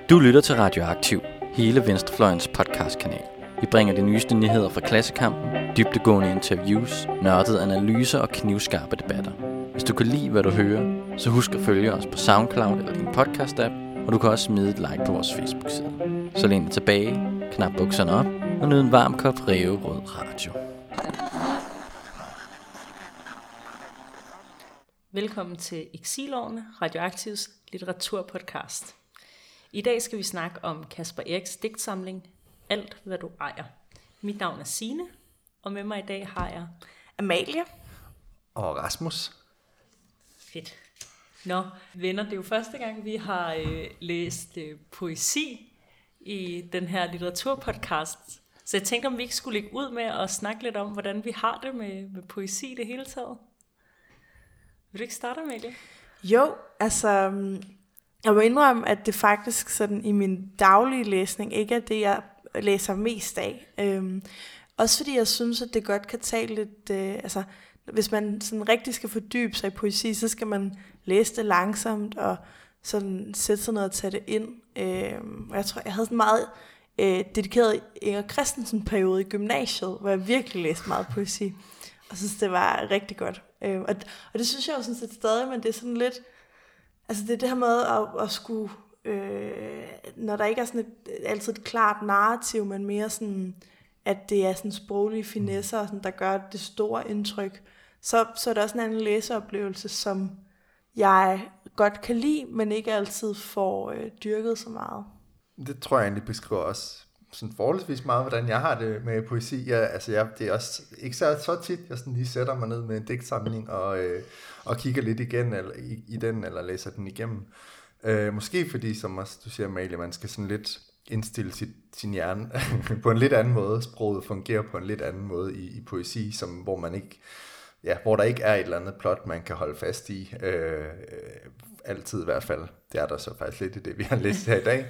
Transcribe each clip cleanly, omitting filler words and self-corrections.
Du lytter til Radioaktiv, hele Venstrefløjens podcastkanal. Vi bringer de nyeste nyheder fra klassekampen, dybdegående interviews, nørdede analyser og knivskarpe debatter. Hvis du kan lide, hvad du hører, så husk at følge os på SoundCloud eller din podcast-app, og du kan også smide et like på vores Facebook-side. Så læn dig tilbage, knap bukserne op og nyd en varm kop ræverød radio. Velkommen til Exilårene, Radioaktivs litteraturpodcast. I dag skal vi snakke om Caspar Erics digtsamling Alt hvad du ejer. Mit navn er Signe, og med mig i dag har jeg Amalie og Rasmus. Fedt. Nå, venner, det er jo første gang, vi har læst poesi i den her litteraturpodcast. Så jeg tænkte, om vi ikke skulle lægge ud med at snakke lidt om, hvordan vi har det med poesi i det hele taget. Vil du ikke starte, Amalie? Jo, altså, jeg må indrømme, at det faktisk sådan i min daglige læsning ikke er det, jeg læser mest af. Også fordi jeg synes, at det godt kan tage lidt, altså, hvis man sådan rigtig skal fordybe sig i poesi, så skal man læse det langsomt og sådan sætte sig ned og tage det ind. Og jeg tror, jeg havde sådan meget dedikeret Inger Christensen-periode i gymnasiet, hvor jeg virkelig læste meget poesi. Og synes, det var rigtig godt. Og det synes jeg jo sådan set stadig, men det er sådan lidt, altså det er det her med at skulle, når der ikke er sådan altid et klart narrativ, men mere sådan, at det er sådan sproglige finesser, sådan, der gør det store indtryk, så er det også en anden læseoplevelse, som jeg godt kan lide, men ikke altid får dyrket så meget. Det tror jeg egentlig beskriver også sådan forholdsvis meget, hvordan jeg har det med poesi. Det er også ikke så tit, jeg sådan lige sætter mig ned med en digtsamling og kigger lidt igen i den, eller læser den igennem. Måske fordi, som også du siger, Amalie, man skal sådan lidt indstille sin hjerne på en lidt anden måde. Sproget fungerer på en lidt anden måde i poesi, hvor der ikke er et eller andet plot, man kan holde fast i. Altid i hvert fald. Det er der så faktisk lidt i det, vi har læst her i dag.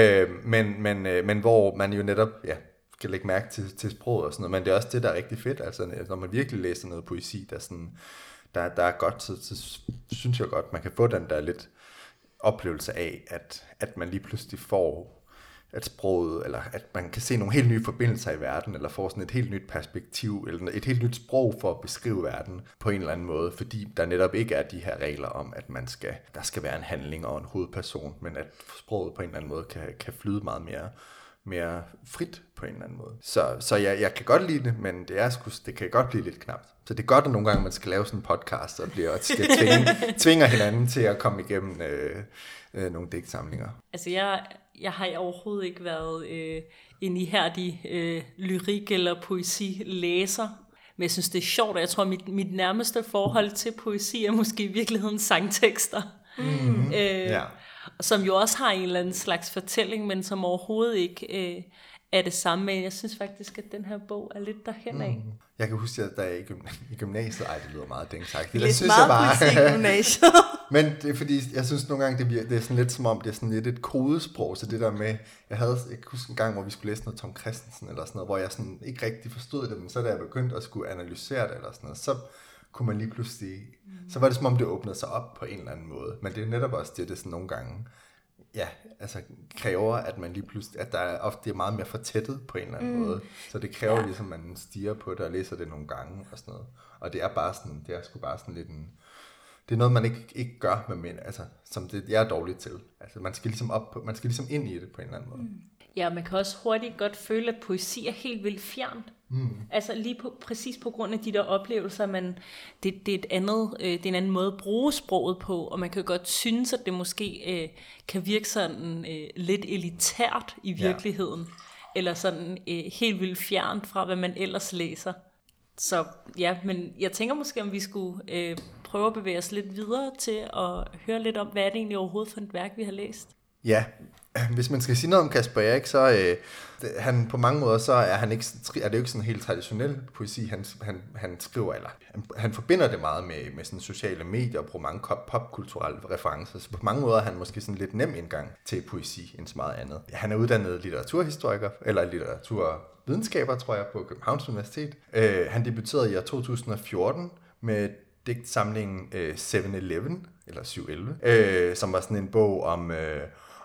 Men hvor man jo netop skal lægge mærke til sproget og sådan noget. Men det er også det, der er rigtig fedt. Altså, når man virkelig læser noget poesi, der er godt, så synes jeg godt, man kan få den der lidt oplevelse af, at man lige pludselig får at sproget, eller at man kan se nogle helt nye forbindelser i verden, eller får sådan et helt nyt perspektiv, eller et helt nyt sprog for at beskrive verden på en eller anden måde, fordi der netop ikke er de her regler om, at der skal være en handling og en hovedperson, men at sproget på en eller anden måde kan flyde meget mere frit på en eller anden måde. Så jeg kan godt lide det, men det kan godt blive lidt knapt. Så det er godt, at nogle gange man skal lave sådan en podcast, og tvinger hinanden til at komme igennem nogle digtsamlinger. Altså jeg har overhovedet ikke været en ihærdig lyrik- eller poesi-læser, men jeg synes, det er sjovt, og jeg tror, mit nærmeste forhold til poesi er måske i virkeligheden sangtekster. Som jo også har en eller anden slags fortælling, men som overhovedet ikke er det samme. Men jeg synes faktisk, at den her bog er lidt derhen af. Jeg kan huske, at da jeg i gymnasiet, det lyder meget dængsagtigt. Det er meget poesi i gymnasiet. Men det er fordi, jeg synes nogle gange, det er sådan lidt som om, det er sådan lidt et kodesprog, så det der med, jeg kan huske en gang, hvor vi skulle læse noget Tom Christensen eller sådan noget, hvor jeg sådan ikke rigtig forstod det, men så da jeg begyndte at skulle analysere det eller sådan noget, så kunne man lige pludselig, så var det som om det åbnede sig op på en eller anden måde. Men det er netop også det sådan nogle gange, kræver, at man lige pludselig, at der er ofte meget mere fortættet på en eller anden måde. Så det kræver ligesom, at man stiger på det og læser det nogle gange og sådan noget. Og det er bare sådan, det er sgu bare sådan lidt det er noget, man ikke gør med mænd, altså, som jeg er dårligt til. Altså, man skal ligesom ind i det på en eller anden måde. Ja, man kan også hurtigt godt føle, at poesi er helt vildt fjernt. Altså præcis på grund af de der oplevelser, det er en anden måde at bruge sproget på, og man kan godt synes, at det måske kan virke sådan lidt elitært i virkeligheden, eller sådan helt vildt fjernt fra, hvad man ellers læser. Så ja, men jeg tænker måske, om vi skulle prøve at bevæge os lidt videre til at høre lidt om, hvad er det egentlig overhovedet for et værk, vi har læst. Ja, hvis man skal sige noget om Caspar Eric, så han på mange måder, så er det jo ikke sådan helt traditionel poesi, han skriver, eller han forbinder det meget med sådan sociale medier og bruger mange popkulturelle referencer, så på mange måder er han måske sådan lidt nem indgang til poesi end så meget andet. Han er uddannet litteraturhistoriker, eller litteraturvidenskaber, tror jeg, på Københavns Universitet. Han debuterede i år 2014 med digtsamlingen 7-11, eller 7-11, som var sådan en bog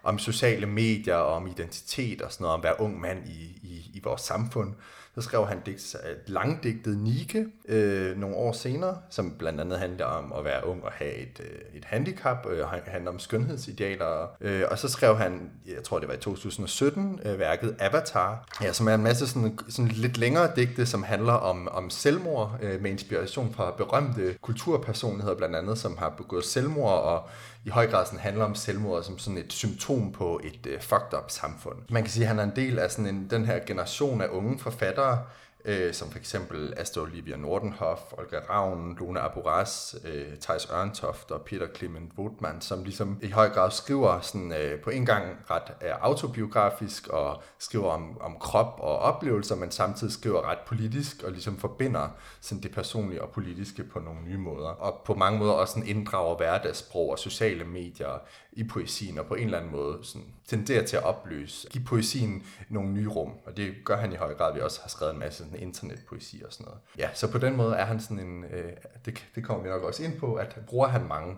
om sociale medier og om identitet og sådan noget, om at være ung mand i vores samfund. Så skrev han langdigtet Nike nogle år senere, som blandt andet handler om at være ung og have et handicap, og handler om skønhedsidealer. Og så skrev han, jeg tror det var i 2017, værket Avatar, som er en masse sådan lidt længere digte, som handler om selvmord, med inspiration fra berømte kulturpersonligheder blandt andet, som har begået selvmord, og i høj grad sådan handler om selvmord som sådan et symptom på et fucked up samfund. Man kan sige, at han er en del af sådan den her generation af unge forfattere, som for eksempel Asta Olivia Nordenhof, Olga Ravn, Lone Aburas, Theis Ørntoft og Peter Clement Woodman, som ligesom i høj grad skriver sådan, på en gang ret autobiografisk og skriver om krop og oplevelser, men samtidig skriver ret politisk og ligesom forbinder sådan det personlige og politiske på nogle nye måder. Og på mange måder også sådan inddrager hverdagssprog og sociale medier i poesien, og på en eller anden måde sådan tenderer til at opløse, give poesien nogle nye rum, og det gør han i høj grad. Vi også har skrevet en masse sådan internetpoesi og sådan noget. Ja, så på den måde er han sådan en, det kommer vi nok også ind på, at hiver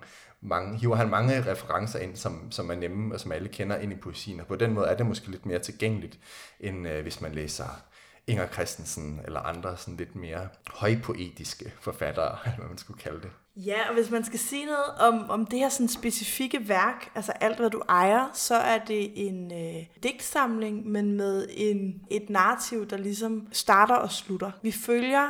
han mange referencer ind, som er nemme og som alle kender ind i poesien, og på den måde er det måske lidt mere tilgængeligt, end hvis man læser Inger Christensen eller andre sådan lidt mere højpoetiske forfattere, eller hvad man skulle kalde det. Ja, og hvis man skal sige noget om det her sådan specifikke værk, altså alt hvad du ejer, så er det en digtsamling, men med et narrativ, der ligesom starter og slutter. Vi følger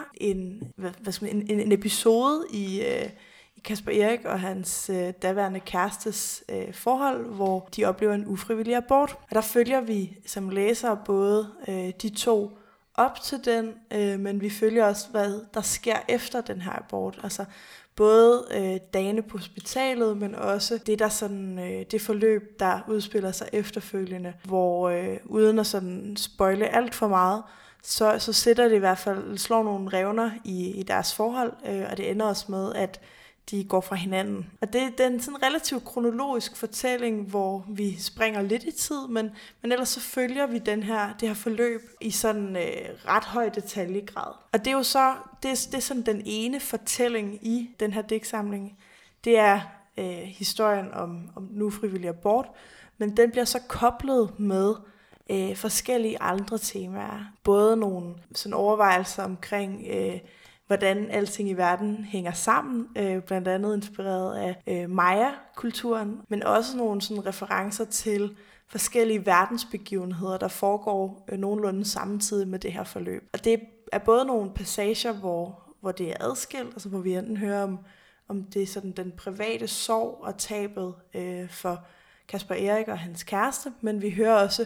en episode i Kasper Erik og hans daværende kærestes forhold, hvor de oplever en ufrivillig abort. Og der følger vi som læsere både de to op til den, men vi følger også, hvad der sker efter den her abort. Altså både dagene på hospitalet, men også det der sådan det forløb, der udspiller sig efterfølgende, hvor uden at sådan spoile alt for meget, så sætter det i hvert fald, slår nogle revner i deres forhold, og det ender også med, at de går fra hinanden. Og det er en sådan relativt kronologisk fortælling, hvor vi springer lidt i tid, men ellers så følger vi det her forløb i sådan ret høj detaljegrad. Og det er jo så, det er sådan den ene fortælling i den her digtsamling. Det er historien om den ufrivillige abort, men den bliver så koblet med forskellige andre temaer. Både nogle sådan overvejelser omkring hvordan alting i verden hænger sammen, blandt andet inspireret af Maya-kulturen, men også nogle sådan referencer til forskellige verdensbegivenheder, der foregår nogenlunde samtidig med det her forløb. Og det er både nogle passager, hvor det er adskilt, altså hvor vi enten hører om det er sådan den private sorg og tabet for Kasper Erik og hans kæreste, men vi hører også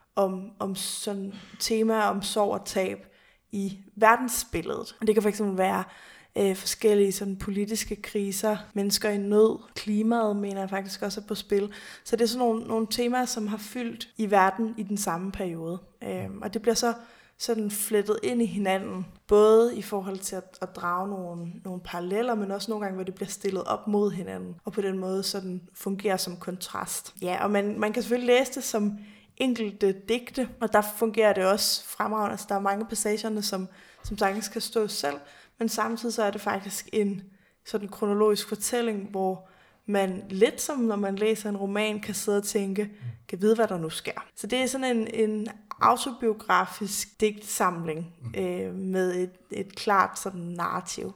om sådan temaer om sorg og tab i verdensbilledet. Og det kan fx være forskellige sådan politiske kriser, mennesker i nød, klimaet mener jeg faktisk også er på spil. Så det er sådan nogle temaer, som har fyldt i verden i den samme periode. Og det bliver så sådan flettet ind i hinanden, både i forhold til at drage nogle paralleller, men også nogle gange, hvor det bliver stillet op mod hinanden, og på den måde sådan fungerer som kontrast. Ja, og man kan selvfølgelig læse det som enkelte digte, og der fungerer det også fremragende. Altså, der er mange passagerne, som sagtens kan stå selv, men samtidig så er det faktisk en sådan kronologisk fortælling, hvor man lidt som når man læser en roman, kan sidde og tænke, kan vide, hvad der nu sker. Så det er sådan en autobiografisk digtsamling med et klart sådan narrativ.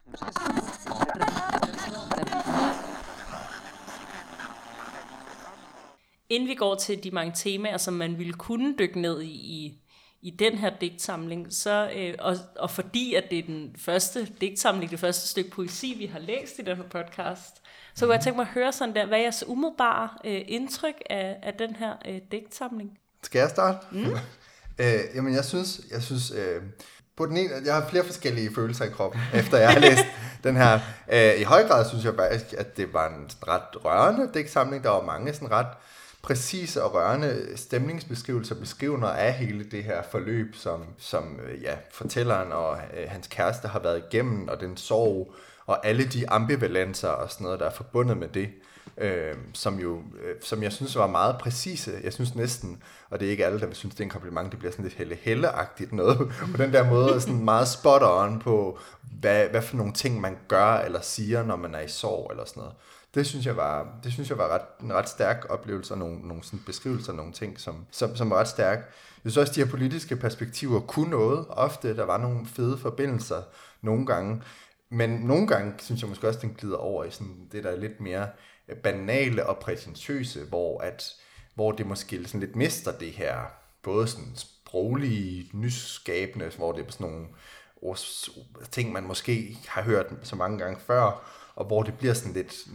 Inden vi går til de mange temaer, som man ville kunne dykke ned i den her digtsamling, så, og fordi at det er den første digtsamling, det første stykke poesi, vi har læst i den her podcast, så kunne jeg tænke mig at høre sådan der, hvad er jeres umiddelbare indtryk af den her digtsamling? Skal jeg starte? Jamen jeg synes på den ene, jeg har flere forskellige følelser i kroppen, efter jeg har læst den her. I høj grad synes jeg faktisk, at det var en ret rørende digtsamling. Der var mange sådan ret præcise og rørende stemningsbeskrivelser, beskrivende af hele det her forløb, som fortælleren og hans kæreste har været igennem, og den sorg, og alle de ambivalenser og sådan noget, der er forbundet med det, som jeg synes var meget præcise. Jeg synes næsten, og det er ikke alle, der vil synes, det er en kompliment, det bliver sådan lidt helle-agtigt noget, på den der måde, sådan meget spot on på, hvad for nogle ting man gør eller siger, når man er i sorg eller sådan noget. Det synes jeg var en ret stærk oplevelse, og nogle sådan beskrivelser af nogle ting, som var ret stærk. Jeg synes også, de her politiske perspektiver kunne noget. Ofte, der var nogle fede forbindelser nogle gange. Men nogle gange, synes jeg måske også, den glider over i sådan det, der er lidt mere banale og prætentiøse, hvor det måske sådan lidt mister det her, både sådan sproglige, nyskabende, hvor det er sådan nogle ting, man måske har hørt så mange gange før, og hvor det bliver sådan lidt,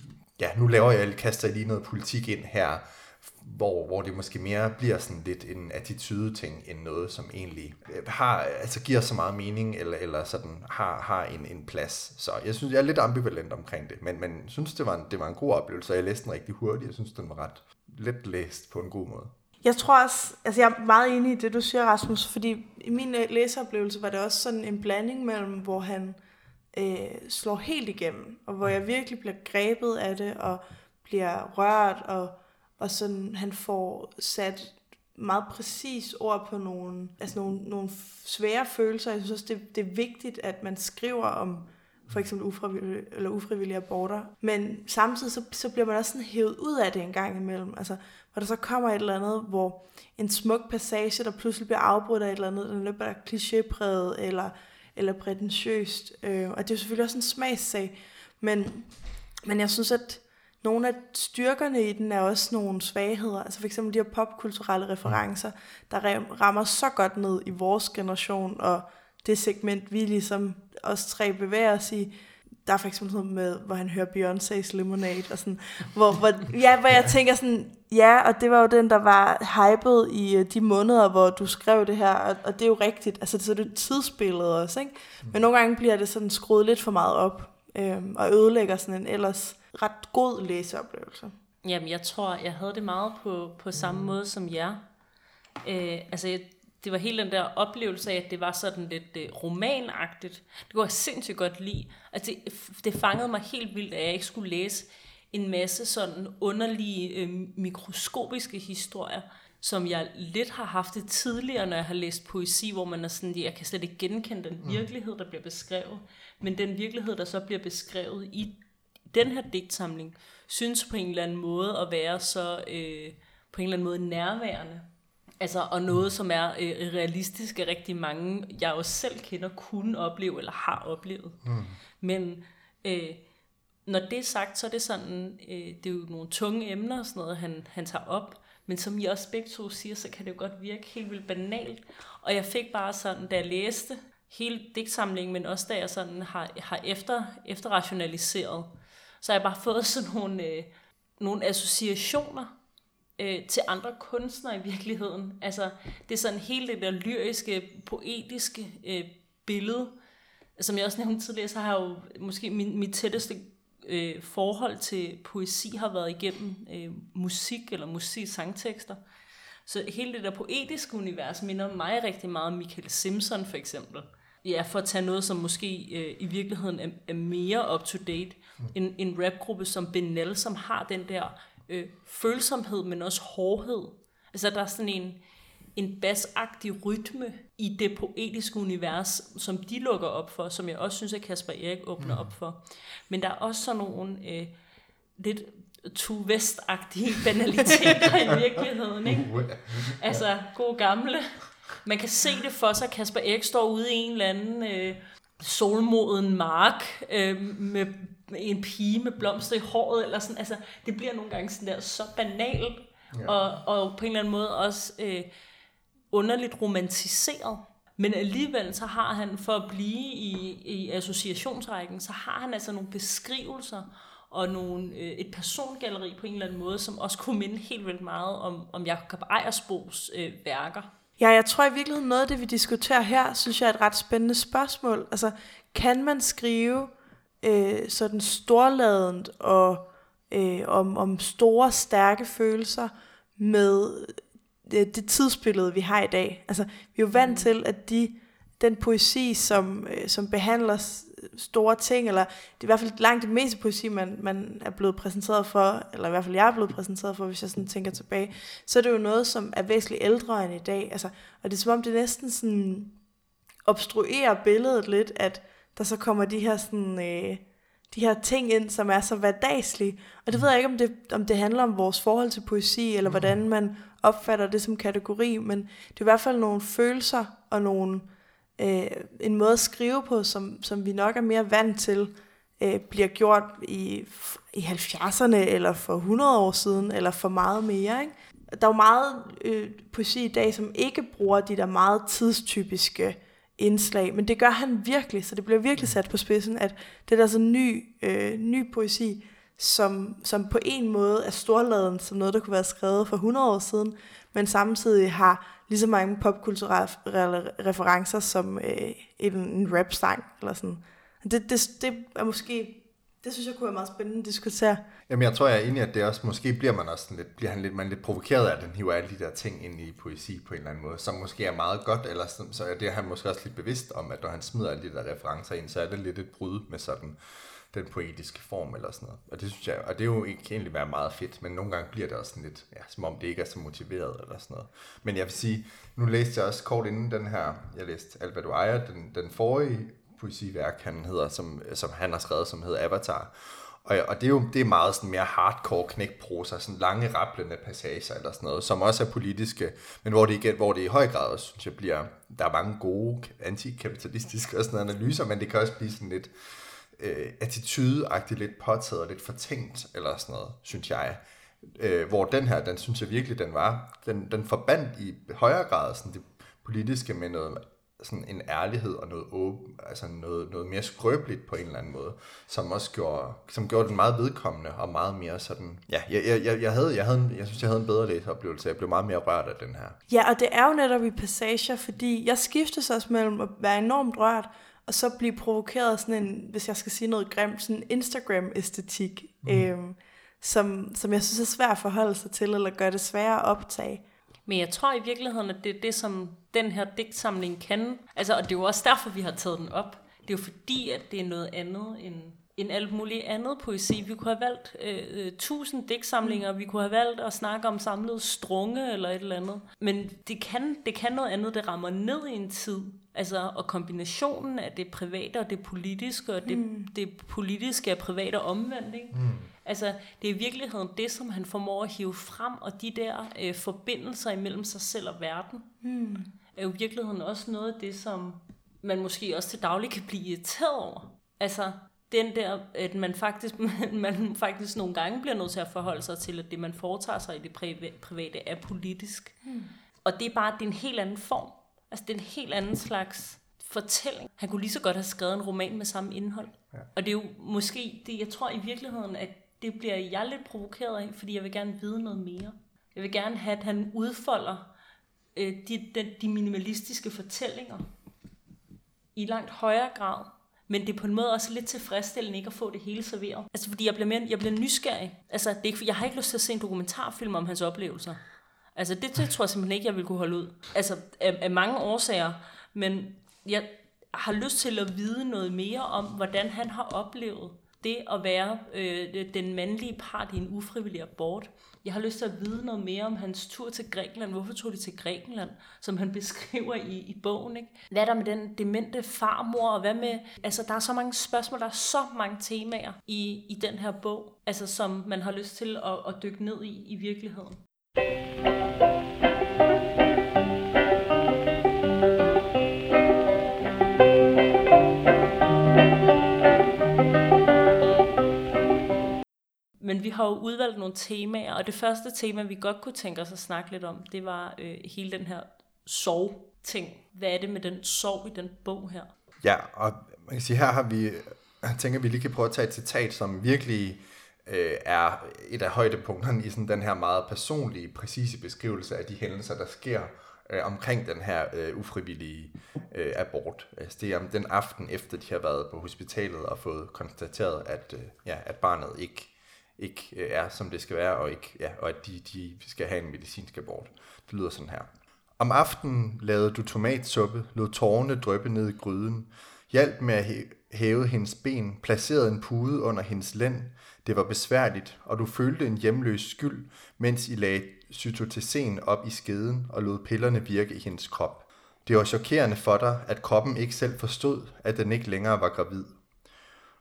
kaster jeg lige noget politik ind her, hvor det måske mere bliver sådan lidt en attitude-ting, end noget, som egentlig giver så meget mening, eller sådan har en plads. Så jeg synes, jeg er lidt ambivalent omkring det, men synes, det var en god oplevelse, og jeg læste den rigtig hurtigt. Jeg synes, den var ret let læst på en god måde. Jeg tror også, jeg er meget enig i det, du siger, Rasmus, fordi i min læseoplevelse var det også sådan en blanding mellem, hvor han slår helt igennem, og hvor jeg virkelig bliver grebet af det, og bliver rørt, og sådan, han får sat meget præcis ord på nogle svære følelser. Jeg synes også, det er vigtigt, at man skriver om for eksempel ufrivillige aborter, men samtidig så bliver man også sådan hævet ud af det en gang imellem. Altså, hvor der så kommer et eller andet, hvor en smuk passage, der pludselig bliver afbrudt af et eller andet, der løber klichépræget eller prætentiøst. Og det er jo selvfølgelig også en smagssag, men jeg synes, at nogle af styrkerne i den er også nogle svagheder. Altså for eksempel de her popkulturelle referencer, der rammer så godt ned i vores generation, og det segment, vi ligesom os tre bevæger os i. Der er for eksempel sådan noget med, hvor han hører Beyoncé's Lemonade, og sådan, hvor jeg tænker sådan, ja, og det var jo den, der var hypet i de måneder, hvor du skrev det her, og det er jo rigtigt. Altså så er det tidsbillede også, ikke? Men nogle gange bliver det sådan skruet lidt for meget op, og ødelægger sådan en ellers ret god læseoplevelse. Jamen, jeg tror, jeg havde det meget på samme måde som jer. Det var hele den der oplevelse af, at det var sådan lidt romanagtigt. Det kunne jeg sindssygt godt lide. Altså, det fangede mig helt vildt, at jeg ikke skulle læse en masse sådan underlige mikroskopiske historier, som jeg lidt har haft det tidligere, når jeg har læst poesi, hvor man er sådan, jeg kan slet ikke genkende den virkelighed, der bliver beskrevet. Men den virkelighed, der så bliver beskrevet i den her digtsamling, synes på en eller anden måde at være så på en eller anden måde nærværende. Altså, og noget, som er realistisk af rigtig mange, jeg også selv kender, kunne opleve eller har oplevet. Men når det er sagt, så er det sådan, det er jo nogle tunge emner og sådan noget, han tager op. Men som I også begge to siger, så kan det jo godt virke helt vildt banalt. Og jeg fik bare sådan, da jeg læste hele digtsamlingen, men også da jeg sådan har efterrationaliseret, så har jeg bare fået sådan nogle associationer til andre kunstnere i virkeligheden. Altså, det er sådan hele det der lyriske, poetiske billede, som jeg også nævnte tidligere, så har jeg jo måske mit tætteste forhold til poesi har været igennem musik eller sangtekster. Så hele det der poetiske univers minder mig rigtig meget om Michael Simpson for eksempel. Ja, for at tage noget, som måske i virkeligheden er mere up-to-date. En rapgruppe som Benel, som har den der følsomhed, men også hårdhed. Altså der er sådan en bassagtig rytme i det poetiske univers, som de lukker op for, som jeg også synes, at Kasper Erik åbner op for. Men der er også sådan nogle lidt Tue West-agtige banaliteter i virkeligheden, ikke? Altså, gode gamle. Man kan se det for sig, at Kasper Erik står ude i en eller anden solmoden mark med en pige med blomster i håret, eller sådan. Altså, det bliver nogle gange sådan der så banalt, og på en eller anden måde også underligt romantiseret. Men alligevel så har han, for at blive i associationsrækken, så har han altså nogle beskrivelser og et persongalleri på en eller anden måde, som også kunne minde helt vildt meget om Jakob Ejersbos værker. Ja, jeg tror i virkeligheden noget af det, vi diskuterer her, synes jeg er et ret spændende spørgsmål. Altså, kan man skrive sådan storladent og om store, stærke følelser med det tidsbillede, vi har i dag? Altså, vi er jo vant til, at den poesi, som behandler store ting, eller det er i hvert fald langt det meste poesi, man er blevet præsenteret for, eller i hvert fald jeg er blevet præsenteret for, hvis jeg sådan tænker tilbage, så er det jo noget, som er væsentligt ældre end i dag. Altså, og det er som om, det næsten sådan obstruerer billedet lidt, at der så kommer de de her ting ind, som er så hverdagslige. Og det ved jeg ikke, om det handler om vores forhold til poesi, eller hvordan man opfatter det som kategori, men det er i hvert fald nogle følelser og nogle, en måde at skrive på, som vi nok er mere vant til, bliver gjort i 70'erne, eller for 100 år siden, eller for meget mere, ikke? Der er jo meget poesi i dag, som ikke bruger de der meget tidstypiske indslag, men det gør han virkelig, så det bliver virkelig sat på spidsen, at det der sådan ny poesi, som på en måde er storladen som noget, der kunne være skrevet for 100 år siden, men samtidig har lige så mange popkulturelle referencer som en rap-sang, eller sådan. Det er måske, det synes jeg kunne være meget spændende at diskutere. Jamen jeg tror, jeg er enig, at det også, måske bliver man lidt provokeret af, at den hiver alle de der ting ind i poesi på en eller anden måde, som måske er meget godt, eller så er det han måske også lidt bevidst om, at når han smider alle de der referencer ind, så er det lidt et brud med sådan den poetiske form eller sådan noget. Og det synes jeg, og det er jo ikke egentlig være meget fedt, men nogle gange bliver det også sådan lidt, ja, som om det ikke er så motiveret eller sådan noget. Men jeg vil sige, nu læste jeg også kort inden den her, jeg læste Alt hvad du ejer, den forrige poesiværk, han hedder, som han har skrevet, som hedder Avatar. Og det er meget sådan mere hardcore knækprosa, sådan lange rablende passager eller sådan noget, som også er politiske, men hvor det i høj grad også, synes jeg, der er mange gode antikapitalistiske og sådan noget analyser, men det kan også blive sådan lidt attitudeagtigt, lidt påtaget og lidt fortænkt eller sådan noget, synes jeg. Hvor den synes jeg virkelig, den forbandt i højere grad sådan det politiske med noget, sådan en ærlighed og noget åben, altså noget mere skrøbeligt på en eller anden måde, som også gjorde den meget vedkommende og meget mere sådan, ja, jeg synes jeg havde en bedre læseoplevelse. Jeg blev meget mere rørt af den her. Ja, og det er jo netop i passager, fordi jeg skiftes også mellem at være enormt rørt og så blive provokeret af sådan en, hvis jeg skal sige noget grimt, sådan en Instagram-æstetik, som jeg synes er svært at forholde sig til, eller gør det sværere at optage. Men jeg tror i virkeligheden, at det er det, som den her digtsamling kan. Altså, og det er jo også derfor, vi har taget den op. Det er jo fordi, at det er noget andet end alt muligt andet poesi. Vi kunne have valgt 1000 digtsamlinger, vi kunne have valgt at snakke om samlet strunge eller et eller andet. Men det kan noget andet, det rammer ned i en tid. Altså, og kombinationen af det private og det politiske, og det politiske er private og omvendt, ikke? Altså, det er i virkeligheden det, som han formår at hive frem, og de der forbindelser imellem sig selv og verden, er jo i virkeligheden også noget af det, som man måske også til daglig kan blive irriteret over. Altså, den der, at man faktisk nogle gange bliver nødt til at forholde sig til, at det, man foretager sig i det private, er politisk. Og det er en helt anden form. Altså, det er en helt anden slags fortælling. Han kunne lige så godt have skrevet en roman med samme indhold. Ja. Og det er jo måske det, jeg tror i virkeligheden, at det bliver jeg lidt provokeret af, fordi jeg vil gerne vide noget mere. Jeg vil gerne have, at han udfolder de minimalistiske fortællinger i langt højere grad. Men det er på en måde også lidt tilfredsstillende ikke at få det hele serveret. Altså fordi jeg bliver nysgerrig. Altså det er ikke, jeg har ikke lyst til at se en dokumentarfilm om hans oplevelser. Altså det tror jeg simpelthen ikke, jeg vil kunne holde ud. Altså af mange årsager. Men jeg har lyst til at vide noget mere om, hvordan han har oplevet det at være den mandlige part i en ufrivillig abort. Jeg har lyst til at vide noget mere om hans tur til Grækenland. Hvorfor tog de til Grækenland, som han beskriver i bogen, ikke? Hvad er der med den demente farmor, og hvad med... Altså, der er så mange spørgsmål, der er så mange temaer i den her bog, altså, som man har lyst til at dykke ned i virkeligheden. Men vi har jo udvalgt nogle temaer, og det første tema, vi godt kunne tænke os at snakke lidt om, det var hele den her sorg-ting. Hvad er det med den sorg i den bog her? Ja, og man kan sige, her tænker vi lige kan prøve at tage et citat, som virkelig er et af højdepunkterne i sådan den her meget personlige, præcise beskrivelse af de hændelser, der sker omkring den her ufrivillige abort. Altså det er om den aften, efter de har været på hospitalet og fået konstateret, at barnet ikke er, som det skal være, og at de skal have en medicinsk abort. Det lyder sådan her. Om aftenen lavede du tomatsuppe, lod tårerne dryppe ned i gryden, hjalp med at hæve hendes ben, placerede en pude under hendes lænd. Det var besværligt, og du følte en hjemløs skyld, mens I lagde cytotesen op i skeden og lod pillerne virke i hendes krop. Det var chokerende for dig, at kroppen ikke selv forstod, at den ikke længere var gravid.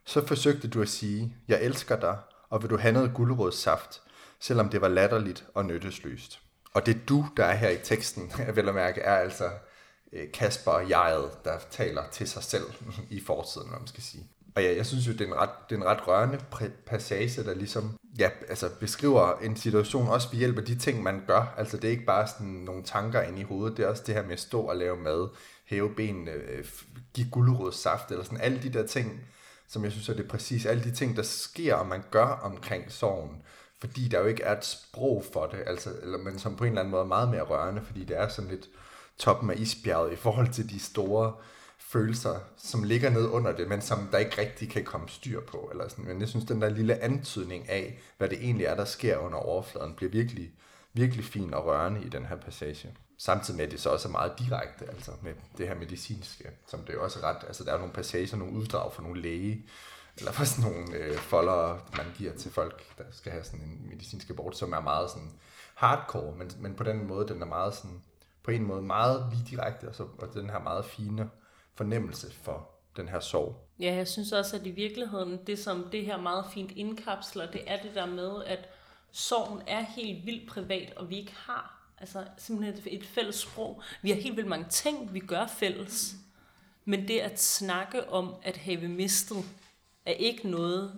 Så forsøgte du at sige, jeg elsker dig, og vil du have noget gulerodssaft, selvom det var latterligt og nyttesløst. Og det du, der er her i teksten, jeg vil mærke, er altså Kasper og jeget, der taler til sig selv i fortiden, hvad man skal sige. Og ja, jeg synes jo, det er en ret rørende passage, der ligesom beskriver en situation, også ved hjælp af de ting, man gør. Altså det er ikke bare sådan nogle tanker ind i hovedet, det er også det her med at stå og lave mad, hæve benene, give gulerodssaft, eller sådan alle de der ting, som jeg synes, at det er præcis alle de ting, der sker, og man gør omkring sorgen. Fordi der jo ikke er et sprog for det, men som på en eller anden måde er meget mere rørende, fordi det er sådan lidt toppen af isbjerget i forhold til de store følelser, som ligger ned under det, men som der ikke rigtig kan komme styr på. Eller sådan. Men jeg synes, den der lille antydning af, hvad det egentlig er, der sker under overfladen, bliver virkelig, virkelig fin og rørende i den her passage. Samtidig med, at det så også er meget direkte, altså med det her medicinske, som det jo også er ret. Altså der er nogle passager, nogle uddrag fra nogle læge, eller for sådan nogle folder, man giver til folk, der skal have sådan en medicinsk abort, som er meget sådan hardcore, men på den måde, den er meget sådan, på en måde meget lige direkte, og den her meget fine fornemmelse for den her sorg. Ja, jeg synes også, at i virkeligheden, det som det her meget fint indkapsler, det er det der med, at sorgen er helt vildt privat, og vi ikke har simpelthen et fælles sprog. Vi har helt vildt mange ting, vi gør fælles, men det at snakke om at have mistet, er ikke noget,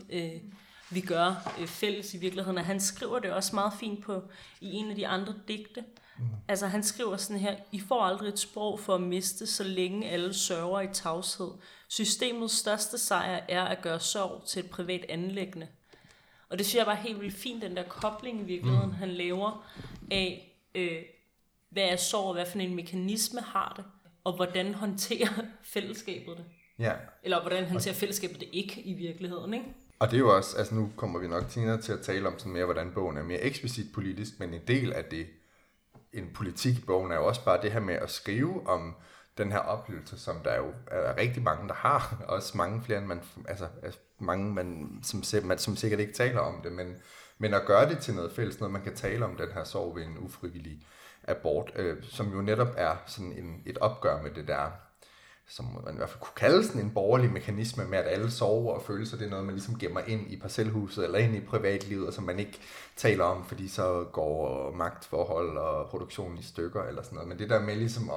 vi gør fælles i virkeligheden. Og han skriver det også meget fint i en af de andre digte. Altså han skriver sådan her, I får aldrig et sprog for at miste, så længe alle sørger i tavshed. Systemets største sejr er at gøre sorg til et privat anliggende. Og det synes jeg bare helt vildt fint, den der kobling i virkeligheden, han laver af, hvad er sorg, og hvad for en mekanisme har det, og hvordan håndterer fællesskabet det. Ja. Eller hvordan håndterer fællesskabet det ikke i virkeligheden, ikke? Og det er jo også, altså nu kommer vi nok senere til at tale om sådan mere, hvordan bogen er mere eksplicit politisk, men en del af det, en politik i bogen er jo også bare det her med at skrive om den her oplevelse, som der jo er rigtig mange, der har, også mange flere, end som sikkert ikke taler om det, men at gøre det til noget fælles, noget man kan tale om den her sorg ved en ufrivillig abort, som jo netop er sådan et opgør med det der, som man i hvert fald kunne kalde sådan en borgerlig mekanisme med, at alle sorger og følelser, det er noget, man ligesom gemmer ind i parcelhuset eller ind i privatlivet, og som man ikke taler om, fordi så går magtforhold og produktionen i stykker eller sådan noget. Men det der med ligesom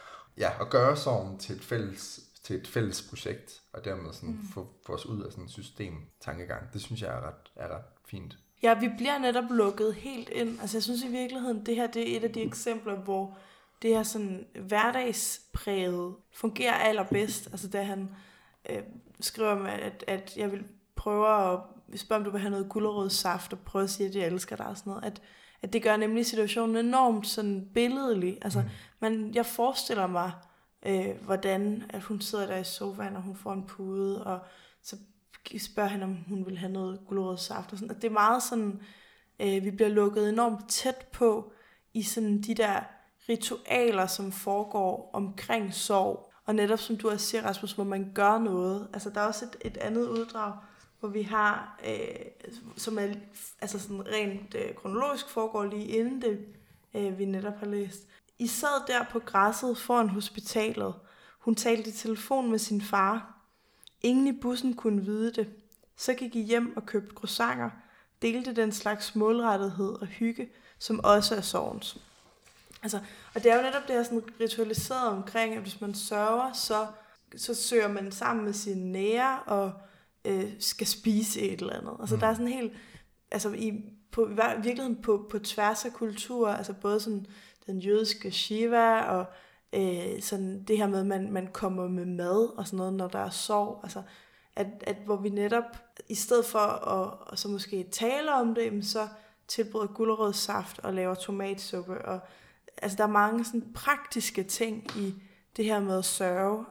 at gøre sorgen til et fælles projekt, og dermed sådan få os ud af sådan en systemtankegang, det synes jeg er ret fint. Ja, vi bliver netop lukket helt ind. Altså jeg synes i virkeligheden, det her det er et af de eksempler, hvor det her sådan hverdagspræget fungerer allerbedst. Altså da han skriver med, at jeg vil prøve at spørge, om du vil have noget gulerodssaft, og prøve at sige, at jeg elsker dig og sådan noget. At det gør nemlig situationen enormt sådan billedlig. Altså jeg forestiller mig, hvordan at hun sidder der i sofaen, og hun får en pude, og så spørger han, om hun vil have noget gulerodssaft og sådan. At det er meget sådan, vi bliver lukket enormt tæt på i sådan de der ritualer, som foregår omkring sorg. Og netop som du også siger, Rasmus, hvor man gør noget. Altså der er også et andet uddrag, hvor vi har, som er altså sådan rent kronologisk foregår lige inden det, vi netop har læst. I sad der på græsset foran hospitalet. Hun talte i telefon med sin far. Ingen i bussen kunne vide det. Så gik I hjem og købte croissanter, delte den slags målrettighed og hygge, som også er sorgens. Altså, og det er jo netop det her sådan ritualiseret omkring, at hvis man sørger, så søger man sammen med sine nære og skal spise et eller andet. Altså der er sådan helt, altså i virkeligheden på tværs af kulturer, altså både sådan den jødiske Shiva og sådan det her med, at man kommer med mad og sådan noget, når der er sorg. Altså at hvor vi netop, i stedet for at så måske tale om det, så tilbyder gulerodssaft og laver tomatsuppe. Og altså der er mange sådan praktiske ting i det her med at sørge,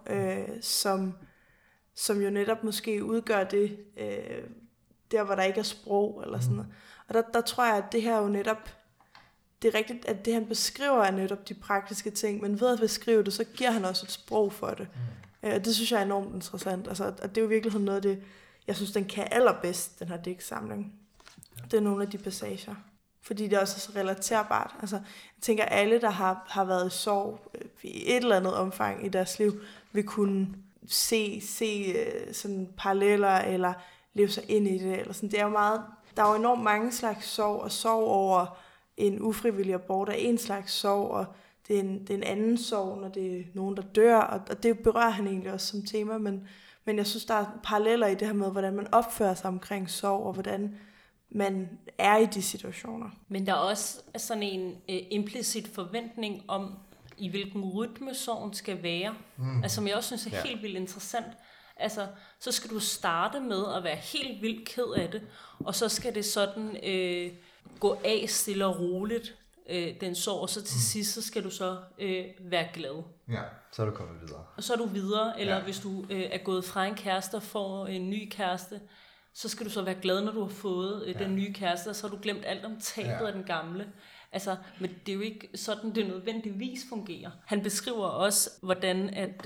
som jo netop måske udgør det, der hvor der ikke er sprog eller sådan noget. Og der tror jeg, at det her jo netop, det er rigtigt, at det han beskriver er netop de praktiske ting, men ved at beskrive det, så giver han også et sprog for det. Og det synes jeg er enormt interessant. Altså, og det er jo i virkeligheden noget af det, jeg synes, den kan allerbedst, den her digtsamling. Det er nogle af de passager. Fordi det også er så relaterbart. Altså, jeg tænker, at alle, der har været i sorg i et eller andet omfang i deres liv, vil kunne se sådan paralleller, eller leve sig ind i det, eller sådan. Det er jo meget, der er jo enormt mange slags sorg, og sorg over en ufrivillig abort er en slags sorg, og det er en anden sorg, når det er nogen, der dør, og det berører han egentlig også som tema, men jeg synes, der er paralleller i det her med, hvordan man opfører sig omkring sorg, og hvordan man er i de situationer. Men der er også sådan en implicit forventning om, i hvilken rytme sorgen skal være. Altså, som jeg også synes er helt vildt interessant. Altså, så skal du starte med at være helt vildt ked af det, og så skal det sådan gå af stille og roligt, den sorg, og så til sidst, så skal du så være glad. Ja, så er du kommet videre. Og så er du videre, eller hvis du er gået fra en kæreste og får en ny kæreste, så skal du så være glad, når du har fået den nye kæreste, og så har du glemt alt om tabet af den gamle. Altså, men det er jo ikke sådan, det nødvendigvis fungerer. Han beskriver også, hvordan at...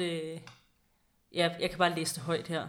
jeg kan bare læse det højt her.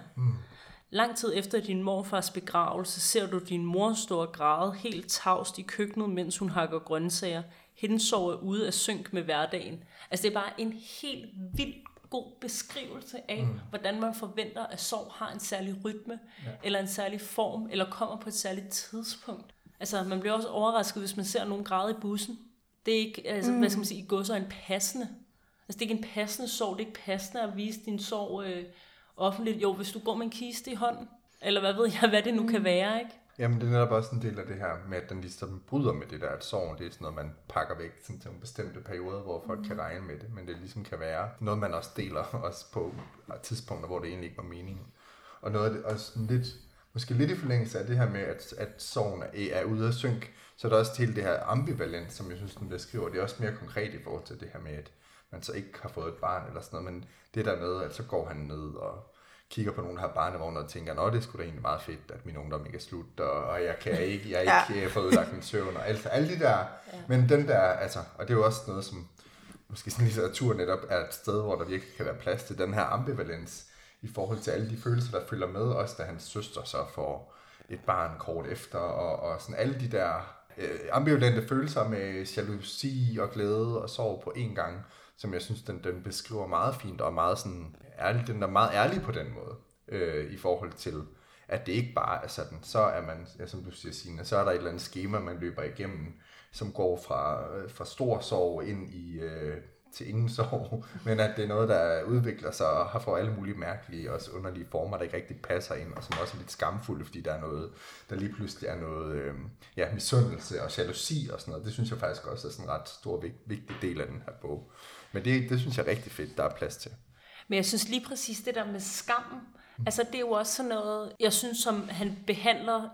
Lang tid efter din morfars begravelse, ser du din mor stå og græde helt tavst i køkkenet, mens hun hakker grøntsager. Hendes sorg er ude af synk med hverdagen. Altså, det er bare en helt vild god beskrivelse af, hvordan man forventer, at sorg har en særlig rytme, eller en særlig form, eller kommer på et særligt tidspunkt. Altså, man bliver også overrasket, hvis man ser nogen græde i bussen. Det er ikke, altså, hvad skal man sige, i går så en passende. Altså, det er ikke en passende sorg, det er ikke passende at vise din sorg offentligt. Jo, hvis du går med en kiste i hånden, eller hvad ved jeg, hvad det nu kan være, ikke? Jamen, det er netop også en del af det her med, at den ligesom bryder med det der, at sorgen, det er sådan noget, man pakker væk sådan til nogle bestemte perioder, hvor folk kan regne med det, men det ligesom kan være noget, man også deler også på tidspunkter, hvor det egentlig ikke var meningen. Og noget af det også lidt, måske lidt i forlængelse af det her med, at sorgen er ude af synk, så er der også hele det her ambivalent, som jeg synes, den beskriver. Det er også mere konkret i forhold til det her med, at man så ikke har fået et barn eller sådan noget, men det der med, at så går han ned og kigger på nogle af her barnevogner og tænker, nå, det skulle da egentlig meget fedt, at min ungdom ikke er slut, og jeg ikke får udlagt min søvn, og alle de der, men den der, altså, og det er jo også noget, som måske sådan litteratur netop er et sted, hvor der virkelig kan være plads til den her ambivalens i forhold til alle de følelser, der følger med, også da hans søster så får et barn kort efter, og sådan alle de der ambivalente følelser med jalousi og glæde og sorg på en gang, som jeg synes, den beskriver meget fint og meget sådan ærlig. Den er meget ærlig på den måde, i forhold til, at det ikke bare er sådan. Så er man, som du siger, Signe, så er der et eller andet skema, man løber igennem, som går fra stor sorg ind i til ingen sorg, men at det er noget, der udvikler sig og har fået alle mulige mærkelige og også underlige former, der ikke rigtig passer ind, og som også er lidt skamfulde, fordi der er noget, der lige pludselig er noget misundelse og jalousi og sådan noget. Det synes jeg faktisk også er sådan en ret stor, vigtig del af den her bog. Men det synes jeg er rigtig fedt, der er plads til. Men jeg synes lige præcis det der med skammen, altså det er jo også sådan noget, jeg synes, som han behandler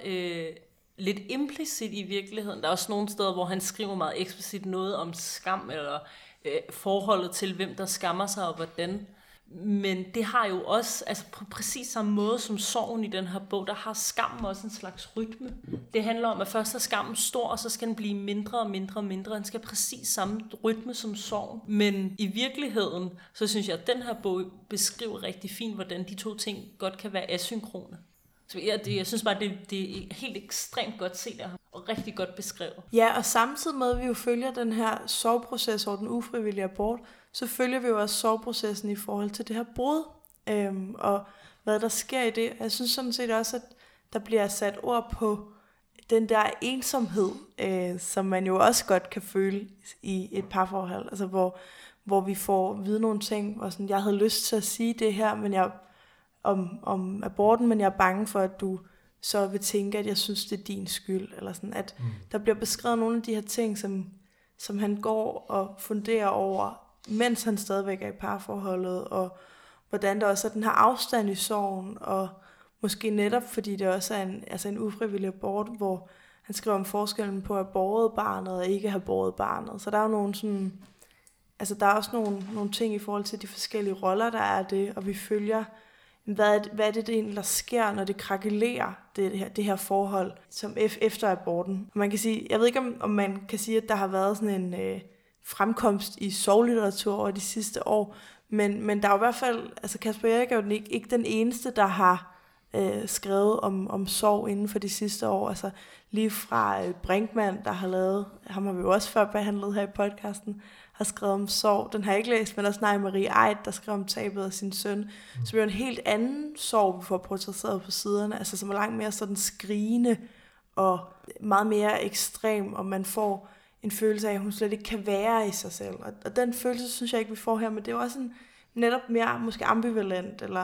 lidt implicit i virkeligheden. Der er også nogle steder, hvor han skriver meget eksplicit noget om skam, eller forholdet til, hvem der skammer sig og hvordan. Men det har jo også, altså på præcis samme måde som sorgen i den her bog, der har skammen også en slags rytme. Det handler om, at først er skammen stor, og så skal den blive mindre og mindre og mindre. Den skal have præcis samme rytme som sorgen. Men i virkeligheden, så synes jeg, at den her bog beskriver rigtig fint, hvordan de to ting godt kan være asynkrone. Så jeg synes bare, det er helt ekstremt godt set af ham, og rigtig godt beskrevet. Ja, og samtidig med, at vi jo følger den her sorgproces over den ufrivillige abort, så følger vi jo også sorgprocessen i forhold til det her brud, og hvad der sker i det. Jeg synes sådan set også, at der bliver sat ord på den der ensomhed, som man jo også godt kan føle i et parforhold, altså hvor vi får at vide nogle ting, hvor sådan, jeg havde lyst til at sige det her, men om aborten, men jeg er bange for, at du så vil tænke, at jeg synes, det er din skyld, eller sådan, at der bliver beskrevet nogle af de her ting, som han går og funderer over, mens han stadigvæk er i parforholdet, og hvordan der også er den her afstand i sorgen, og måske netop, fordi det også er en ufrivillig abort, hvor han skriver om forskellen på at have båret barnet og ikke have båret barnet. Så der er jo nogle sådan, altså der er også nogle ting i forhold til de forskellige roller, der er det, og vi følger, hvad er det egentlig, der sker, når det krakelerer, det her forhold, som efter aborten. Og man kan sige, jeg ved ikke, om man kan sige, at der har været sådan en fremkomst i sorglitteratur over de sidste år, men der er jo i hvert fald, altså Kasper Erik er jo ikke den eneste, der har skrevet om sorg inden for de sidste år. Altså lige fra Brinkmann, der har lavet, ham har vi jo også før behandlet her i podcasten, har skrevet om sorg. Den har jeg ikke læst, men også Marie Eid, der skrev om tabet af sin søn. Så det er en helt anden sorg, vi får portrætteret på siderne, altså som er langt mere sådan skrigende og meget mere ekstrem, og man får en følelse af, at hun slet ikke kan være i sig selv. Og den følelse synes jeg ikke, vi får her, men det er jo også netop mere måske ambivalent, eller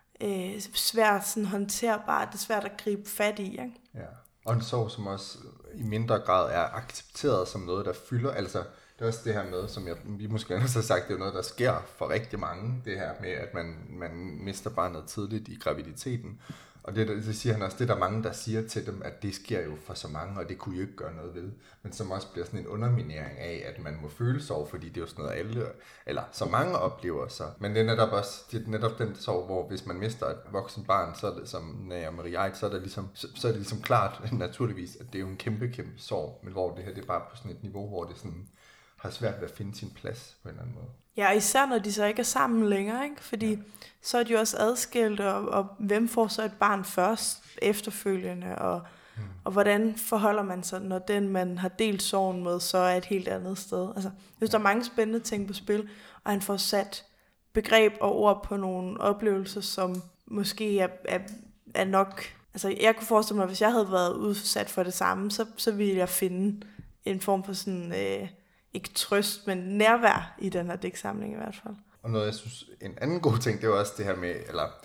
svært sådan håndterbart, det er svært at gribe fat i. Ikke? Ja, og en sorg, som også i mindre grad er accepteret som noget, der fylder, altså det er også det her med, som vi måske også har sagt, det er noget, der sker for rigtig mange, det her med, at man mister barnet tidligt i graviditeten. Og det siger han også, det er der mange, der siger til dem, at det sker jo for så mange, og det kunne jo ikke gøre noget ved. Men som også bliver sådan en underminering af, at man må føle sorg, fordi det er jo sådan noget alle, eller så mange oplever sig. Men det er netop også, det er netop den sorg, hvor hvis man mister et voksen barn, så er det som Marie Eid, så er det ligesom klart, naturligvis, at det er jo en kæmpe sorg, men hvor det her, det er bare på sådan et niveau, hvor det sådan har svært ved at finde sin plads på en eller anden måde. Ja, især når de så ikke er sammen længere, ikke? Fordi så er de jo også adskilt, og hvem får så et barn først efterfølgende, og hvordan forholder man sig, når den, man har delt sorgen med, så er et helt andet sted. Altså, jeg synes, der er mange spændende ting på spil, og han får sat begreb og ord på nogle oplevelser, som måske er nok. Altså, jeg kunne forestille mig, at hvis jeg havde været udsat for det samme, så ville jeg finde en form for sådan ikke trøst, men nærvær i den her digtsamling i hvert fald. Og noget, jeg synes, en anden god ting, det er også det her med,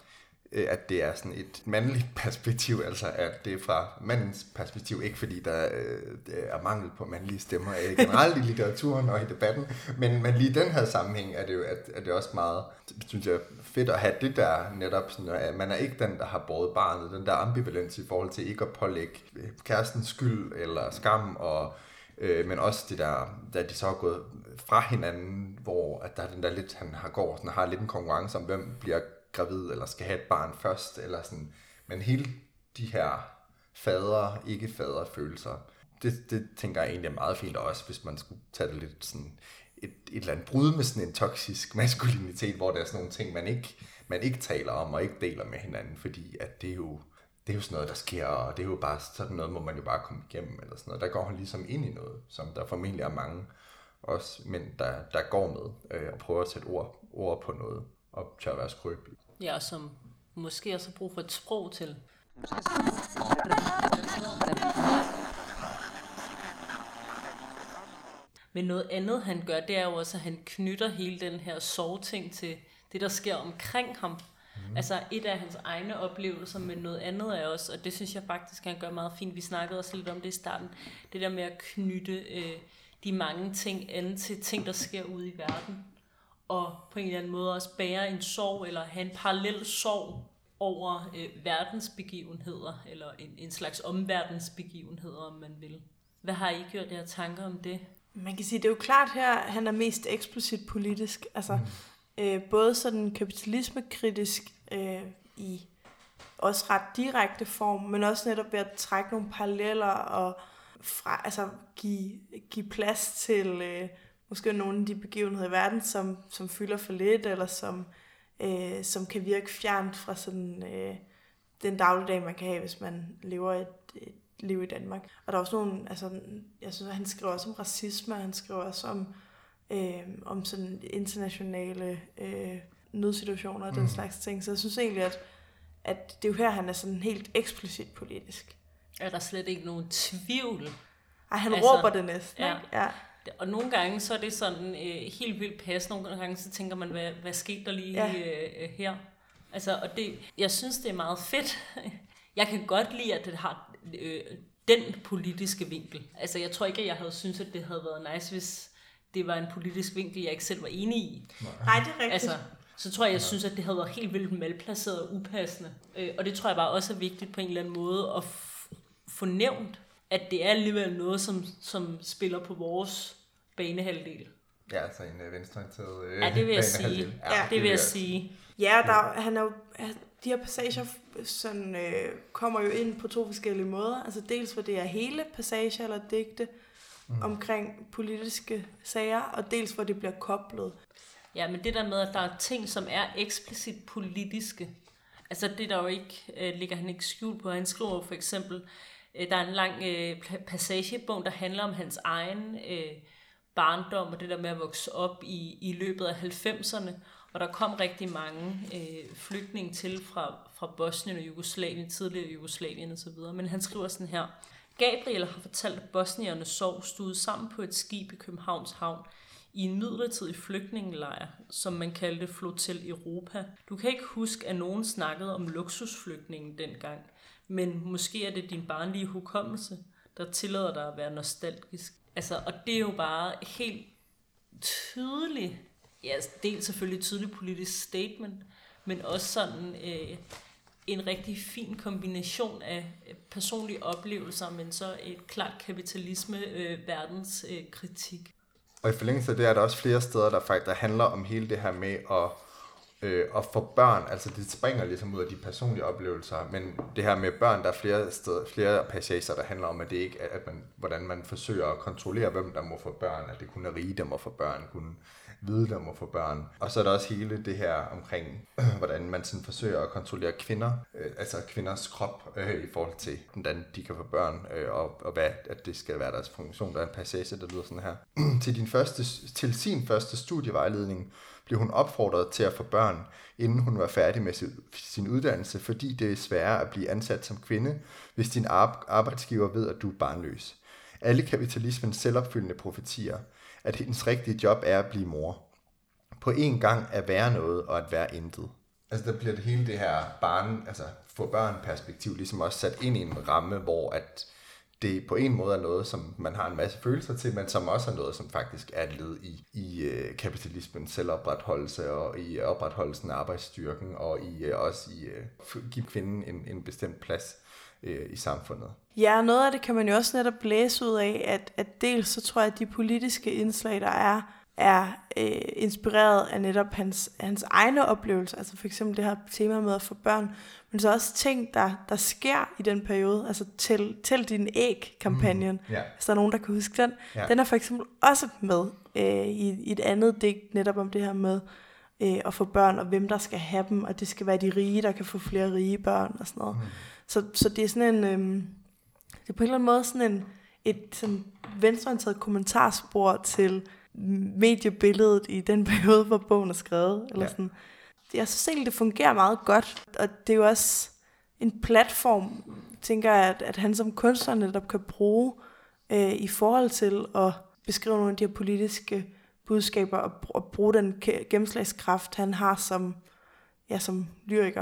at det er sådan et mandligt perspektiv, altså at det er fra mandens perspektiv, ikke fordi der er mangel på mandlige stemmer generelt i litteraturen og i debatten, men lige i den her sammenhæng er det jo at det er også meget, synes jeg, fedt at have det der netop sådan, at man er ikke den, der har båret barnet, den der ambivalens i forhold til ikke at pålægge kærestens skyld eller skam, og men også det der, da de så har gået fra hinanden, hvor at der er den der lidt, han har lidt en konkurrence om, hvem bliver gravid, eller skal have et barn først, eller sådan. Men hele de her ikke-fader følelser, det tænker jeg egentlig er meget fint også, hvis man skulle tage det lidt sådan, et eller andet brud med sådan en toksisk maskulinitet, hvor der er sådan nogle ting, man ikke taler om, og ikke deler med hinanden, fordi at det er jo sådan noget, der sker, og det er jo bare sådan noget, må man jo bare komme igennem, eller sådan noget. Der går han ligesom ind i noget, som der formentlig er mange også mænd, der går med, og prøver at sætte ord på noget, og tør at være skrøbelig. Ja, og som måske også har brug for et sprog til. Men noget andet, han gør, det er jo også, at han knytter hele den her sorgting til det, der sker omkring ham. Altså et af hans egne oplevelser, men noget andet er også, og det synes jeg faktisk, han gør meget fint. Vi snakkede også lidt om det i starten. Det der med at knytte de mange ting an til ting, der sker ude i verden. Og på en eller anden måde også bære en sorg, eller have en parallel sorg over verdensbegivenheder, eller en slags omverdensbegivenheder, om man vil. Hvad har I gjort jer tanker om det? Man kan sige, det er jo klart her, han er mest eksplicit politisk. Altså både sådan kapitalismekritisk i også ret direkte form, men også netop ved at trække nogle paralleller og give plads til måske nogle af de begivenheder i verden, som fylder for lidt, eller som kan virke fjernt fra sådan den dagligdag, man kan have, hvis man lever et liv i Danmark. Og der er også nogle, altså, jeg synes, han skriver også om racisme, han skriver også om sådan internationale nødsituationer og den slags ting. Så jeg synes egentlig, at det er jo her, han er sådan helt eksplicit politisk. Er der slet ikke nogen tvivl? Ej, han råber det næsten. Ja. Ja. Og nogle gange så er det sådan helt vildt pas. Nogle gange så tænker man, hvad skete der lige her? Altså, og jeg synes, det er meget fedt. Jeg kan godt lide, at det har den politiske vinkel. Altså, jeg tror ikke, at jeg havde syntes, at det havde været nice, hvis det var en politisk vinkel, jeg ikke selv var enig i. Nej, det er rigtigt. Altså, så tror jeg synes, at det havde været helt vildt malplaceret og upassende. Og det tror jeg bare også er vigtigt på en eller anden måde at få nævnt, at det er alligevel noget, som spiller på vores banehalvdel. Ja, altså en venstreorienteret ja, det vil jeg sige. Ja, det vil jeg sige. Ja, han er jo, de her passager sådan, kommer jo ind på to forskellige måder. Altså dels hvor det er hele passager eller digte omkring politiske sager, og dels hvor det bliver koblet. Ja, men det der med, at der er ting, som er eksplicit politiske, Altså det der jo ikke, ligger han ikke skjult på. Han skriver for eksempel, der er en lang passage i bogen, der handler om hans egen barndom og det der med at vokse op i løbet af 90'erne. Og der kom rigtig mange flygtninge til fra Bosnien og Jugoslavien, tidligere Jugoslavien osv. Men han skriver sådan her: Gabriel har fortalt, at bosnierne sov stod sammen på et skib i Københavns Havn i en midlertidig flygtningelejr, som man kaldte Flotel Europa. Du kan ikke huske, at nogen snakkede om luksusflygtningen dengang, men måske er det din barnlige hukommelse, der tillader dig at være nostalgisk. Altså, og det er jo bare helt tydeligt, ja, dels selvfølgelig et tydeligt politisk statement, men også sådan en rigtig fin kombination af personlige oplevelser, men så et klart kapitalisme-verdens kritik. Og i forlængelse af det er der også flere steder, der handler om hele det her med at få børn, altså det springer ligesom ud af de personlige oplevelser, men det her med børn, der er flere passager, der handler om, at det ikke er, hvordan man forsøger at kontrollere, hvem der må få børn, at det kun er rige, der må få børn, kun hvide, der må få børn. Og så er der også hele det her omkring, hvordan man sådan forsøger at kontrollere kvinder, altså kvinders krop i forhold til, hvordan de kan få børn, og hvad at det skal være deres funktion. Der er en passage, der lyder sådan her. Til sin første studievejledning blev hun opfordret til at få børn, inden hun var færdig med sin uddannelse, fordi det er sværere at blive ansat som kvinde, hvis din arbejdsgiver ved, at du er barnløs. Alle kapitalismens selvopfyldende profetier, at hendes rigtige job er at blive mor. På en gang at være noget og at være intet. Altså der bliver det hele det her få børn-perspektiv ligesom også sat ind i en ramme, hvor at det på en måde er noget, som man har en masse følelser til, men som også er noget, som faktisk er et led i kapitalismens selvopretholdelse og i opretholdelsen af arbejdsstyrken og også i give kvinden en bestemt plads i samfundet. Ja, noget af det kan man jo også netop læse ud af, at dels så tror jeg, at de politiske indslag, der er inspireret af netop hans egne oplevelser, altså for eksempel det her tema med at få børn, men så også ting, der sker i den periode, altså til din æg-kampagnen, hvis der er nogen, der kan huske den. Yeah. Den er for eksempel også med i et andet digt, netop om det her med at få børn, og hvem der skal have dem, og det skal være de rige, der kan få flere rige børn, og sådan noget. Så det er sådan det er på en eller anden måde sådan et sådan venstreorienteret kommentarspor til mediebilledet i den periode, hvor bogen er skrevet. Eller sådan. Jeg synes egentlig, det fungerer meget godt, og det er jo også en platform, tænker jeg, at han som kunstner netop kan bruge i forhold til at beskrive nogle af de her politiske budskaber, og bruge den gennemslagskraft, han har som lyriker.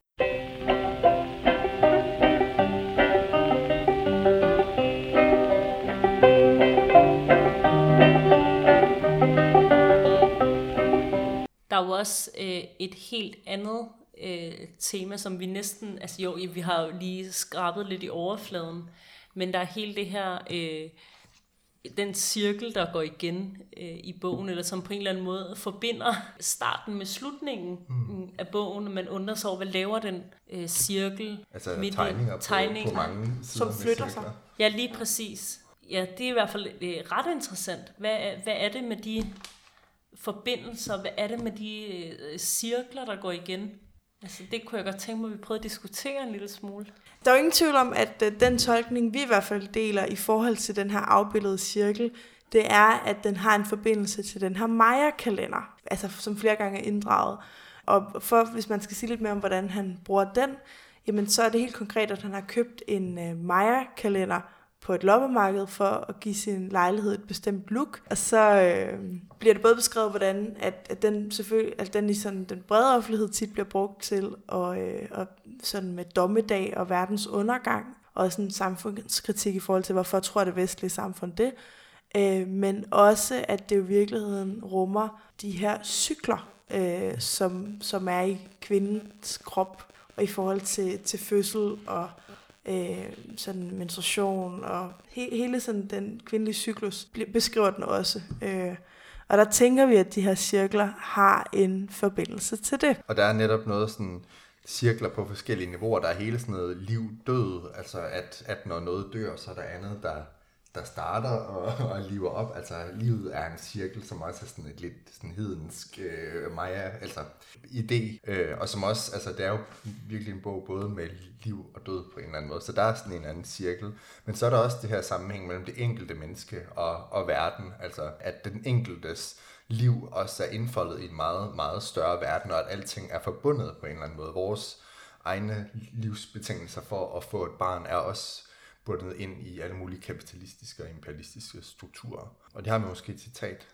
Der er jo også et helt andet tema, som vi næsten, altså jo, vi har jo lige skrabet lidt i overfladen, men der er hele det her, den cirkel, der går igen i bogen, eller som på en eller anden måde forbinder starten med slutningen af bogen, man undrer sig over, hvad laver den cirkel? Altså tegninger på mange sider, som flytter sig. Ja, lige præcis. Ja, det er i hvert fald ret interessant. Hvad er det med de forbindelser? Hvad er det med de cirkler, der går igen? Altså, det kunne jeg godt tænke mig, at vi prøvede at diskutere en lille smule. Der er jo ingen tvivl om, at den tolkning, vi i hvert fald deler i forhold til den her afbildede cirkel, det er, at den har en forbindelse til den her Maya-kalender, altså som flere gange er inddraget. Og hvis man skal sige lidt mere om, hvordan han bruger den, jamen så er det helt konkret, at han har købt en Maya-kalender på et loppemarked for at give sin lejlighed et bestemt look. Og så bliver det både beskrevet, hvordan at den selvfølgelig, at den i sådan den brede offentlighed tit bliver brugt til og sådan med dommedag og verdens undergang, og sådan en samfundskritik i forhold til, hvorfor tror det vestlige samfund det. Men også, at det i virkeligheden rummer de her cykler, som er i kvindens krop, og i forhold til fødsel og sådan menstruation og hele sådan den kvindelige cyklus beskriver den også. Og der tænker vi, at de her cirkler har en forbindelse til det. Og der er netop noget sådan cirkler på forskellige niveauer. Der er hele sådan noget liv-død, altså at når noget dør, så er der andet, der starter og lever op. Altså livet er en cirkel, som også er sådan et lidt sådan hedensk Maya, altså idé, og som også, altså det er jo virkelig en bog både med liv og død på en eller anden måde, så der er sådan en anden cirkel. Men så er der også det her sammenhæng mellem det enkelte menneske og verden, altså at den enkeltes liv også er indfoldet i en meget, meget større verden, og at alting er forbundet på en eller anden måde. Vores egne livsbetingelser for at få et barn er også bundet ind i alle mulige kapitalistiske og imperialistiske strukturer. Og det har vi måske et citat,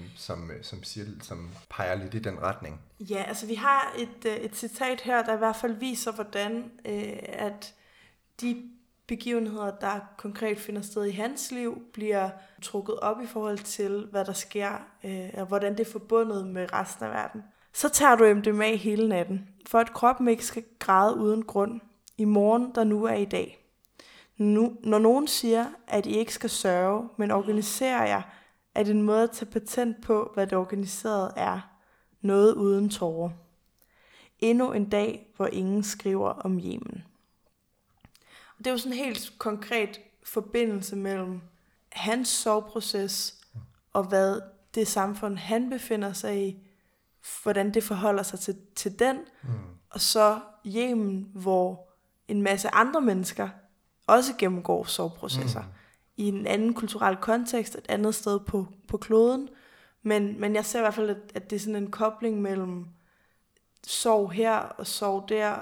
som peger lidt i den retning. Ja, altså vi har et citat her, der i hvert fald viser, hvordan at de begivenheder, der konkret finder sted i hans liv, bliver trukket op i forhold til, hvad der sker, og hvordan det er forbundet med resten af verden. Så tager du MDMA hele natten, for at kroppen ikke skal græde uden grund. I morgen, der nu er i dag. Når nogen siger, at I ikke skal sørge, men organiserer jer, er det en måde at tage patent på, hvad det organiserede er. Noget uden tårer. Endnu en dag, hvor ingen skriver om Yemen. Og det er jo sådan en helt konkret forbindelse mellem hans sorgproces og hvad det samfund, han befinder sig i, hvordan det forholder sig til den, og så Yemen, hvor en masse andre mennesker også gennemgår sorgprocesser i en anden kulturel kontekst, et andet sted på kloden. Men jeg ser i hvert fald, at det er sådan en kobling mellem sorg her og sorg der,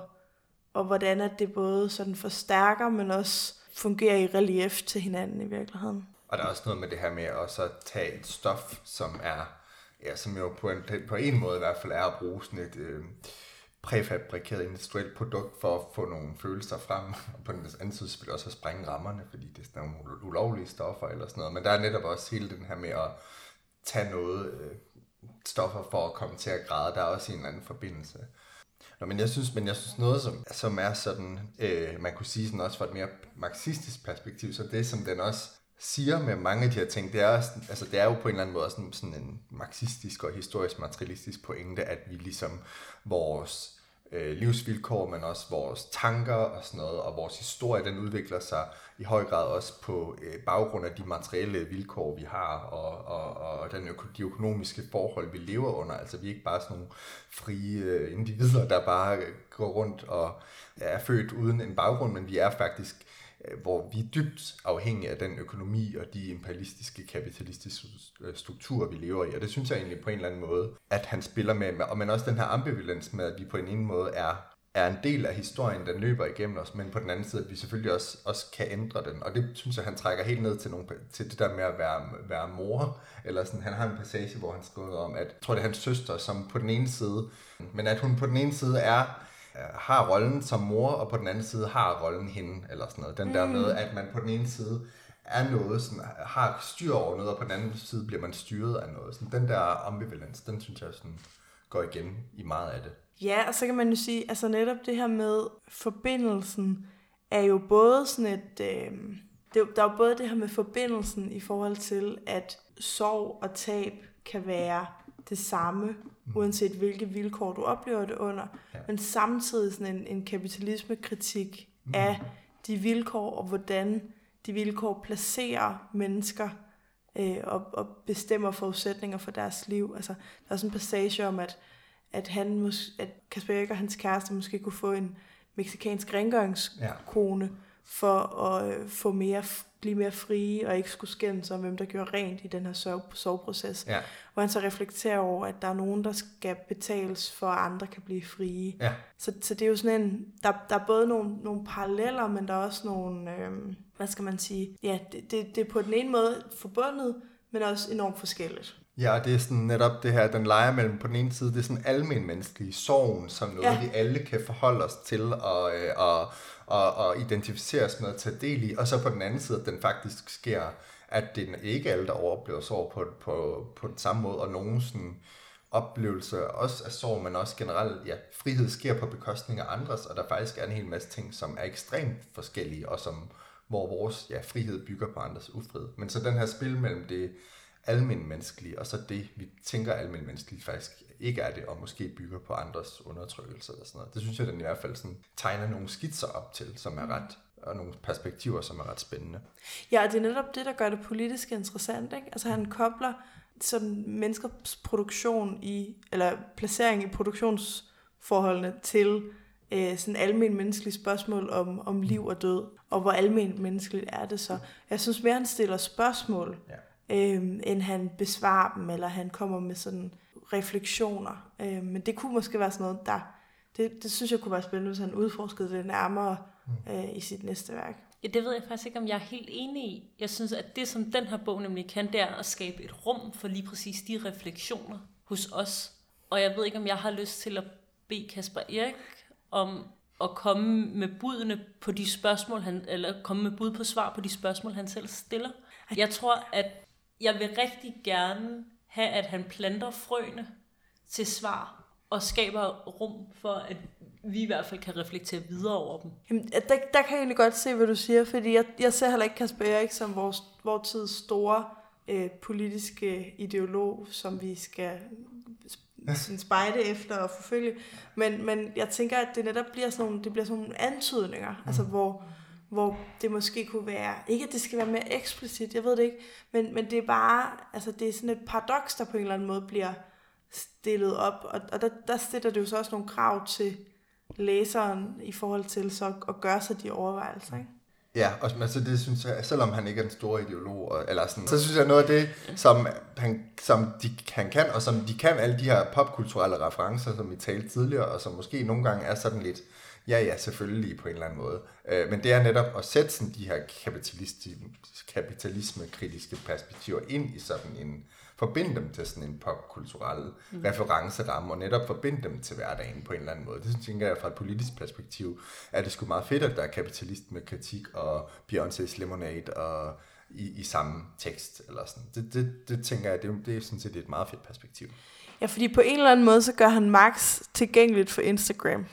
og hvordan at det både sådan forstærker, men også fungerer i relief til hinanden i virkeligheden. Og der er også noget med det her med at så tage et stof, som er, ja, som jo på en måde i hvert fald er at bruge sådan et præfabrikeret industrielt produkt for at få nogle følelser frem, og på den anden side selvfølgelig også at sprænge rammerne, fordi det er sådan nogle ulovlige stoffer eller sådan noget. Men der er netop også hele den her med at tage noget stoffer for at komme til at græde. Der er også en eller anden forbindelse. Men jeg synes noget, som er sådan, man kunne sige sådan også fra et mere marxistisk perspektiv, så det som den også siger med mange af de her ting, det er, altså det er jo på en eller anden måde sådan en marxistisk og historisk materialistisk pointe, at vi ligesom vores livsvilkår, men også vores tanker og sådan noget, og vores historie, den udvikler sig i høj grad også på baggrund af de materielle vilkår, vi har, og de økonomiske forhold, vi lever under. Altså vi er ikke bare sådan nogle frie individer, der bare går rundt og er født uden en baggrund, men vi er faktisk hvor vi er dybt afhængige af den økonomi og de imperialistiske, kapitalistiske strukturer, vi lever i. Og det synes jeg egentlig på en eller anden måde, at han spiller med, men også den her ambivalens med, at vi på en ene måde er en del af historien, der løber igennem os, men på den anden side, at vi selvfølgelig også kan ændre den. Og det synes jeg, han trækker helt ned til det der med at være mor. Eller sådan, han har en passage, hvor han skriver om, at jeg tror, det er hans søster, som på den ene side, men at hun på den ene side har rollen som mor, og på den anden side har rollen hende, eller sådan noget. Den der med, at man på den ene side er noget, sådan, har styr over noget, og på den anden side bliver man styret af noget. Sådan, den der ambivalens, den synes jeg sådan, går igen i meget af det. Ja, og så kan man jo sige, altså netop det her med forbindelsen, er jo både sådan et, der er jo både det her med forbindelsen i forhold til, at sorg og tab kan være det samme, uanset hvilke vilkår du oplever det under, men samtidig sådan en kapitalismekritik af de vilkår, og hvordan de vilkår placerer mennesker og bestemmer forudsætninger for deres liv. Altså, der er også en passage om, at Kasper Erik og hans kæreste måske kunne få en mexikansk rengøringskone for at blive mere frie og ikke skulle skændes om, hvem der gjorde rent i den her sorgproces. Ja. Hvor han så reflekterer over, at der er nogen, der skal betales for, at andre kan blive frie. Ja. Så det er jo sådan en, der er både nogle paralleller, men der er også nogle, hvad skal man sige, ja, det er på den ene måde forbundet, men også enormt forskelligt. Ja, det er sådan netop det her, den leger mellem på den ene side, det er sådan almenmenneskelige sorgen, som noget, vi alle kan forholde os til og identificere os med at tage del i, og så på den anden side, at den faktisk sker, at det ikke er alle, der oplever sorg på den samme måde, og nogen sådan oplevelse også af sorg, men også generelt, ja, frihed sker på bekostning af andres, og der faktisk er en hel masse ting, som er ekstremt forskellige, og hvor vores frihed bygger på andres ufrihed. Men så den her spil mellem det almenmenneskelige, og så det, vi tænker almenmenneskeligt faktisk ikke er det, og måske bygger på andres undertrykkelse eller sådan noget. Det synes jeg, den i hvert fald sådan tegner nogle skitser op til, som er og nogle perspektiver, som er ret spændende. Ja, og det er netop det, der gør det politisk interessant, ikke? Altså han kobler sådan menneskers produktion eller placering i produktionsforholdene til sådan almen menneskelige spørgsmål om liv og død, og hvor almen menneskeligt er det så. Jeg synes mere, han stiller spørgsmål, end han besvarer dem, eller han kommer med sådan refleksioner. Men det kunne måske være sådan noget, det synes jeg kunne være spændende, hvis han udforskede det nærmere i sit næste værk. Ja, det ved jeg faktisk ikke, om jeg er helt enig i. Jeg synes, at det, som den her bog nemlig kan, det er at skabe et rum for lige præcis de refleksioner hos os. Og jeg ved ikke, om jeg har lyst til at bede Kasper Erik om at komme med budene på de spørgsmål, eller komme med bud på svar på de spørgsmål, han selv stiller. Jeg tror, at jeg vil rigtig gerne have, at han planter frøene til svar, og skaber rum for, at vi i hvert fald kan reflektere videre over dem. Jamen, der kan jeg egentlig godt se, hvad du siger, fordi jeg ser heller ikke Kasper Erik som vores tids store politiske ideolog, som vi skal spejde efter og forfølge. Men jeg tænker, at det netop bliver sådan nogle antydninger, altså hvor det måske kunne være, ikke at det skal være mere eksplicit, jeg ved det ikke, men det er bare, altså det er sådan et paradoks, der på en eller anden måde bliver stillet op, og der stiller det jo så også nogle krav til læseren i forhold til så at gøre sig de overvejelser, ikke? Ja, og altså det synes jeg, selvom han ikke er en stor ideolog, eller sådan, så synes jeg noget af det, som han kan, og som de kan, alle de her popkulturelle referencer, som vi talte tidligere, og som måske nogle gange er sådan lidt, ja, selvfølgelig på en eller anden måde. Men det er netop at sætte sådan de her kapitalisme-kritiske perspektiver ind i sådan en, forbinde dem til sådan en popkulturel referenceramme, og netop forbinde dem til hverdagen på en eller anden måde. Det synes jeg, fra et politisk perspektiv, er det sgu meget fedt, at der er kapitalist-kritik og Beyoncé's Lemonade og i samme tekst. Eller sådan. Det tænker jeg, det er sådan set et meget fedt perspektiv. Ja, fordi på en eller anden måde, så gør han Marx tilgængeligt for Instagram.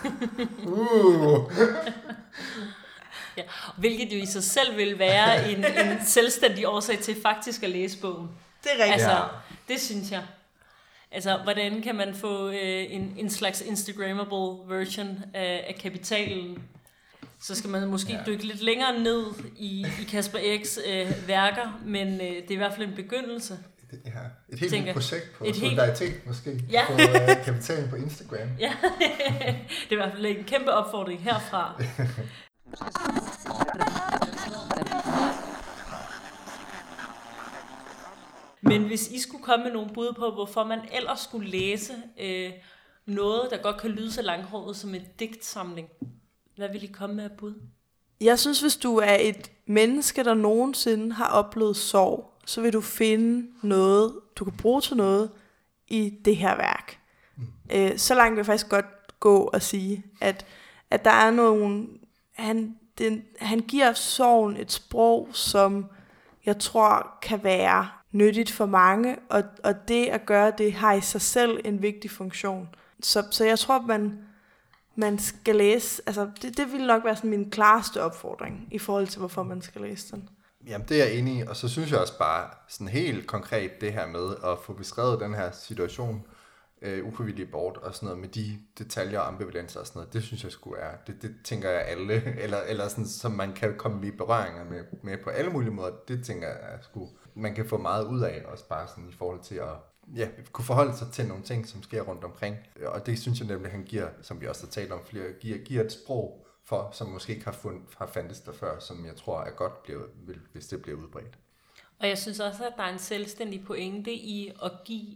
Ja, hvilket jo i sig selv vil være en selvstændig årsag til faktisk at læse bogen. Det er rigtigt. Altså, det synes jeg. Altså, hvordan kan man få en slags Instagrammable version af kapitalen? Så skal man måske dykke lidt længere ned i Kasper Eriks værker, men det er i hvert fald en begyndelse. Ja, et helt nyt projekt på solidaritet måske, på kapitalen på Instagram. Ja, det er i hvert fald en kæmpe opfordring herfra. Men hvis I skulle komme med nogle bud på, hvorfor man ellers skulle læse noget, der godt kan lyde så langhåret som en digtsamling, hvad vil I komme med af bud? Jeg synes, hvis du er et menneske, der nogensinde har oplevet sorg, så vil du finde noget, du kan bruge til noget i det her værk. Så langt vil jeg faktisk godt gå og sige, at der er nogle... Han giver sorgen et sprog, som jeg tror kan være nyttigt for mange, og det at gøre det har i sig selv en vigtig funktion. Så jeg tror, at man skal læse, altså det vil nok være sådan min klareste opfordring i forhold til, hvorfor man skal læse den. Jamen det er jeg enig i, og så synes jeg også bare sådan helt konkret det her med at få beskrevet den her situation, ufrivillig bort og sådan noget med de detaljer og ambivalenser og sådan noget, det synes jeg sgu er, det tænker jeg alle, eller sådan, som man kan komme i berøringer med på alle mulige måder, det tænker jeg sgu, man kan få meget ud af, også bare sådan i forhold til at kunne forholde sig til nogle ting, som sker rundt omkring, og det synes jeg nemlig, han giver, som vi også har talt om flere, giver et sprog for, som måske ikke har fandtes der før, som jeg tror er godt, hvis det bliver udbredt. Og jeg synes også, at der er en selvstændig pointe i at give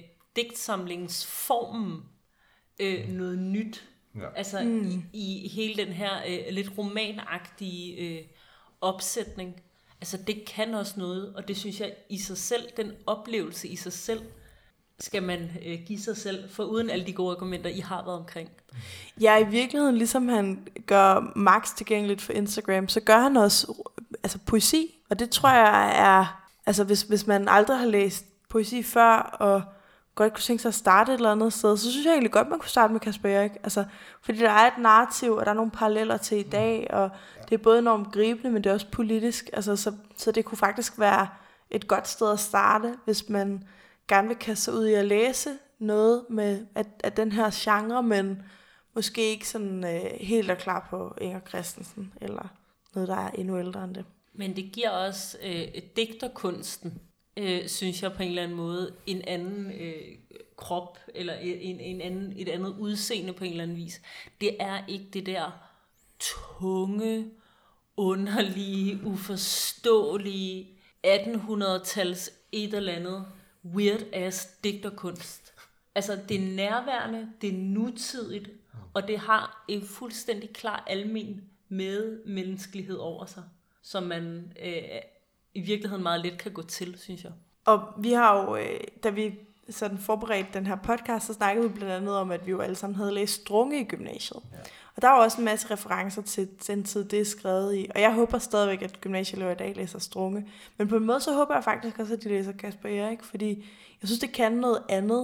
digtsamlingsformen noget nyt. Ja. Altså i hele den her lidt romanagtige opsætning. Altså det kan også noget, og det synes jeg i sig selv, den oplevelse i sig selv, skal man give sig selv, for uden alle de gode argumenter, I har været omkring. Ja, i virkeligheden, ligesom han gør Max tilgængeligt for Instagram, så gør han også poesi, og det tror jeg er, altså hvis man aldrig har læst poesi før, og godt kunne tænke sig at starte et eller andet sted, så synes jeg egentlig godt, man kunne starte med Kasper Erik. Altså, fordi der er et narrativ, og der er nogle paralleller til i dag, og det er både enormt gribende, men det er også politisk. Altså, så det kunne faktisk være et godt sted at starte, hvis man gerne vil kaste sig ud i at læse noget med at den her genre, men måske ikke sådan helt er klar på Inger Christensen, eller noget, der er endnu ældre end det. Men det giver også digterkunsten, synes jeg på en eller anden måde, en anden krop, eller et andet udseende på en eller anden vis. Det er ikke det der tunge, underlige, uforståelige 1800-tals et eller andet weird-ass digterkunst. Altså, det er nærværende, det er nutidigt, og det har en fuldstændig klar almen medmenneskelighed over sig, som man i virkeligheden meget let kan gå til, synes jeg. Og vi har jo, da vi sådan forberedte den her podcast, så snakkede vi blandt andet om, at vi jo alle sammen havde læst Strunge i gymnasiet. Ja. Og der var også en masse referencer til den tid, det er skrevet i. Og jeg håber stadigvæk, at gymnasieelever i dag læser Strunge. Men på en måde, så håber jeg faktisk også, at de læser Caspar Eric, fordi jeg synes, det kan noget andet,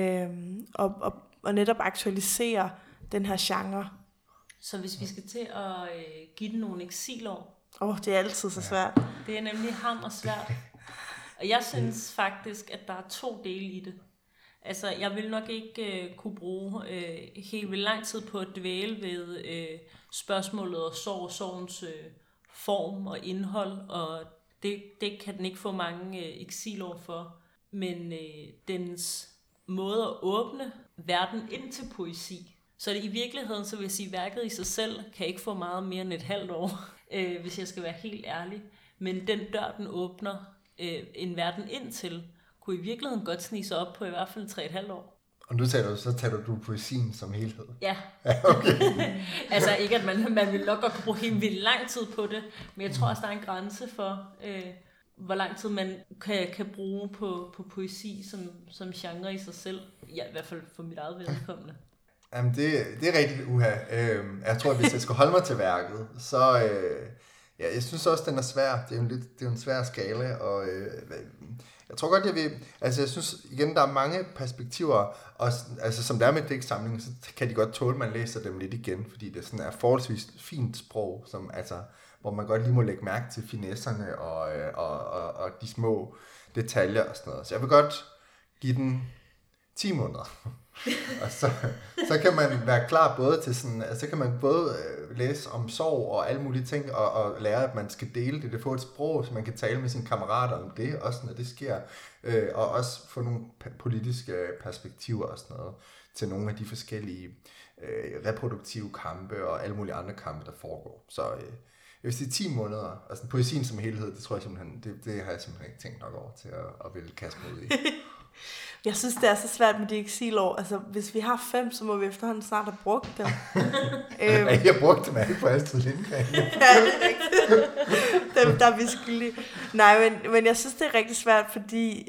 og netop aktualisere den her genre. Så hvis vi skal til at give den nogle eksilår. Det er altid så svært. Det er nemlig hammersvært. Og jeg synes faktisk, at der er 2 dele i det. Altså, jeg vil nok ikke kunne bruge helt vildt lang tid på at dvæle ved spørgsmålet og sorgens form og indhold, og det kan den ikke få mange eksilår for. Men dens måde at åbne verden ind til poesi. Så det i virkeligheden, så vil jeg sige, værket i sig selv kan ikke få meget mere end et halvt år, hvis jeg skal være helt ærlig. Men den dør, den åbner en verden ind til, kunne i virkeligheden godt snige sig op på i hvert fald 3,5 år. Og nu taler du poesien som helhed? Ja. Okay. Altså ikke, at man vil nok godt kunne bruge helt vildt lang tid på det, men jeg tror også, der er en grænse for, hvor lang tid man kan bruge på poesi som genre i sig selv. Ja, i hvert fald for mit eget vedkommende. Jamen, det er rigtigt uha. Jeg tror, at hvis jeg skal holde mig til værket, så... jeg synes også, den er svær. Det er jo en svær skala, og jeg tror godt, jeg synes igen, der er mange perspektiver, og altså, som der er med digtsamlingen, så kan de godt tåle, at man læser dem lidt igen, fordi det sådan er forholdsvis fint sprog, som, altså, hvor man godt lige må lægge mærke til finesserne og de små detaljer og sådan noget. Så jeg vil godt give den 10 måneder. Og så kan man være klar både til sådan, så kan man både læse om sorg og alle mulige ting, og lære, at man skal dele det få et sprog, så man kan tale med sine kammerater om det, også når det sker, og også få nogle politiske perspektiver og sådan noget, til nogle af de forskellige reproduktive kampe, og alle mulige andre kampe, der foregår. Så jeg vil sige 10 måneder, altså poesien som helhed, det tror jeg simpelthen, det har jeg simpelthen ikke tænkt nok over til at ville kaste mig ud i. Jeg synes, det er så svært med de eksilår. Altså, hvis vi har 5, så må vi efterhånden snart have brugt dem. Jeg brugte dem ikke på altid Lindgren. Ja, det er rigtigt. Dem, der er vi skyldige. Nej, men jeg synes, det er rigtig svært, fordi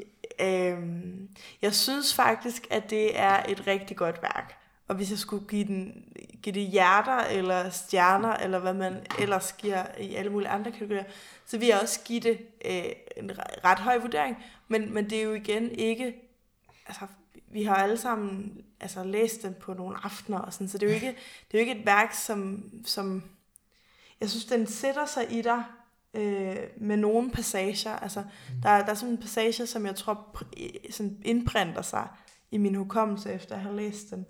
jeg synes faktisk, at det er et rigtig godt værk. Og hvis jeg skulle give det hjerter eller stjerner, eller hvad man ellers giver i alle mulige andre kategorier, så vil jeg også give det en ret høj vurdering. Men det er jo igen ikke... Altså, vi har alle sammen læst den på nogle aftener, og sådan, så det er jo ikke et værk, som jeg synes, den sætter sig i dig med nogle passager. Altså, der er sådan en passage, som jeg tror sådan indprinter sig i min hukommelse, efter jeg har læst den.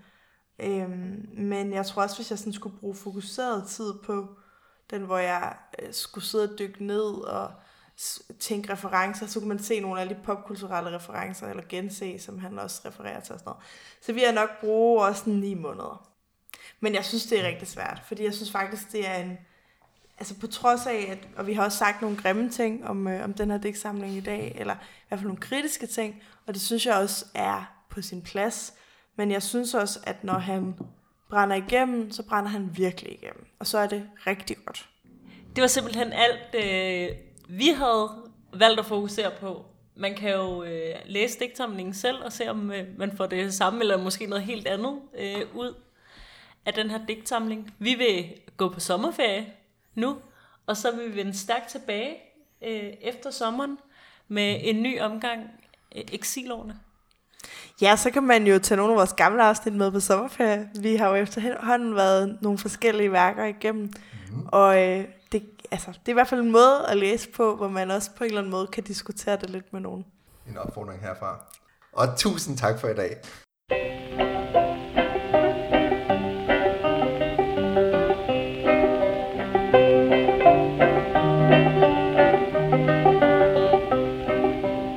Men jeg tror også, hvis jeg sådan skulle bruge fokuseret tid på den, hvor jeg skulle sidde og dykke ned og tænke referencer, så kunne man se nogle af de popkulturelle referencer, eller gense, som han også refererer til og sådan noget. Så vil jeg nok bruge også 9 måneder. Men jeg synes, det er rigtig svært, fordi jeg synes faktisk, det er altså på trods af, og vi har også sagt nogle grimme ting om den her digtsamling i dag, eller i hvert fald nogle kritiske ting, og det synes jeg også er på sin plads. Men jeg synes også, at når han brænder igennem, så brænder han virkelig igennem. Og så er det rigtig godt. Det var simpelthen alt, vi havde valgt at fokusere på. Man kan jo læse digtsamlingen selv og se, om man får det samme, eller måske noget helt andet ud af den her digtsamling. Vi vil gå på sommerferie nu, og så vil vi vende stærkt tilbage efter sommeren med en ny omgang eksilårene. Ja, så kan man jo tage nogle af vores gamle afsnit med på sommerferie. Vi har jo efterhånden været nogle forskellige værker igennem, og det er i hvert fald en måde at læse på, hvor man også på en eller anden måde kan diskutere det lidt med nogen. En opfordring herfra. Og tusind tak for i dag.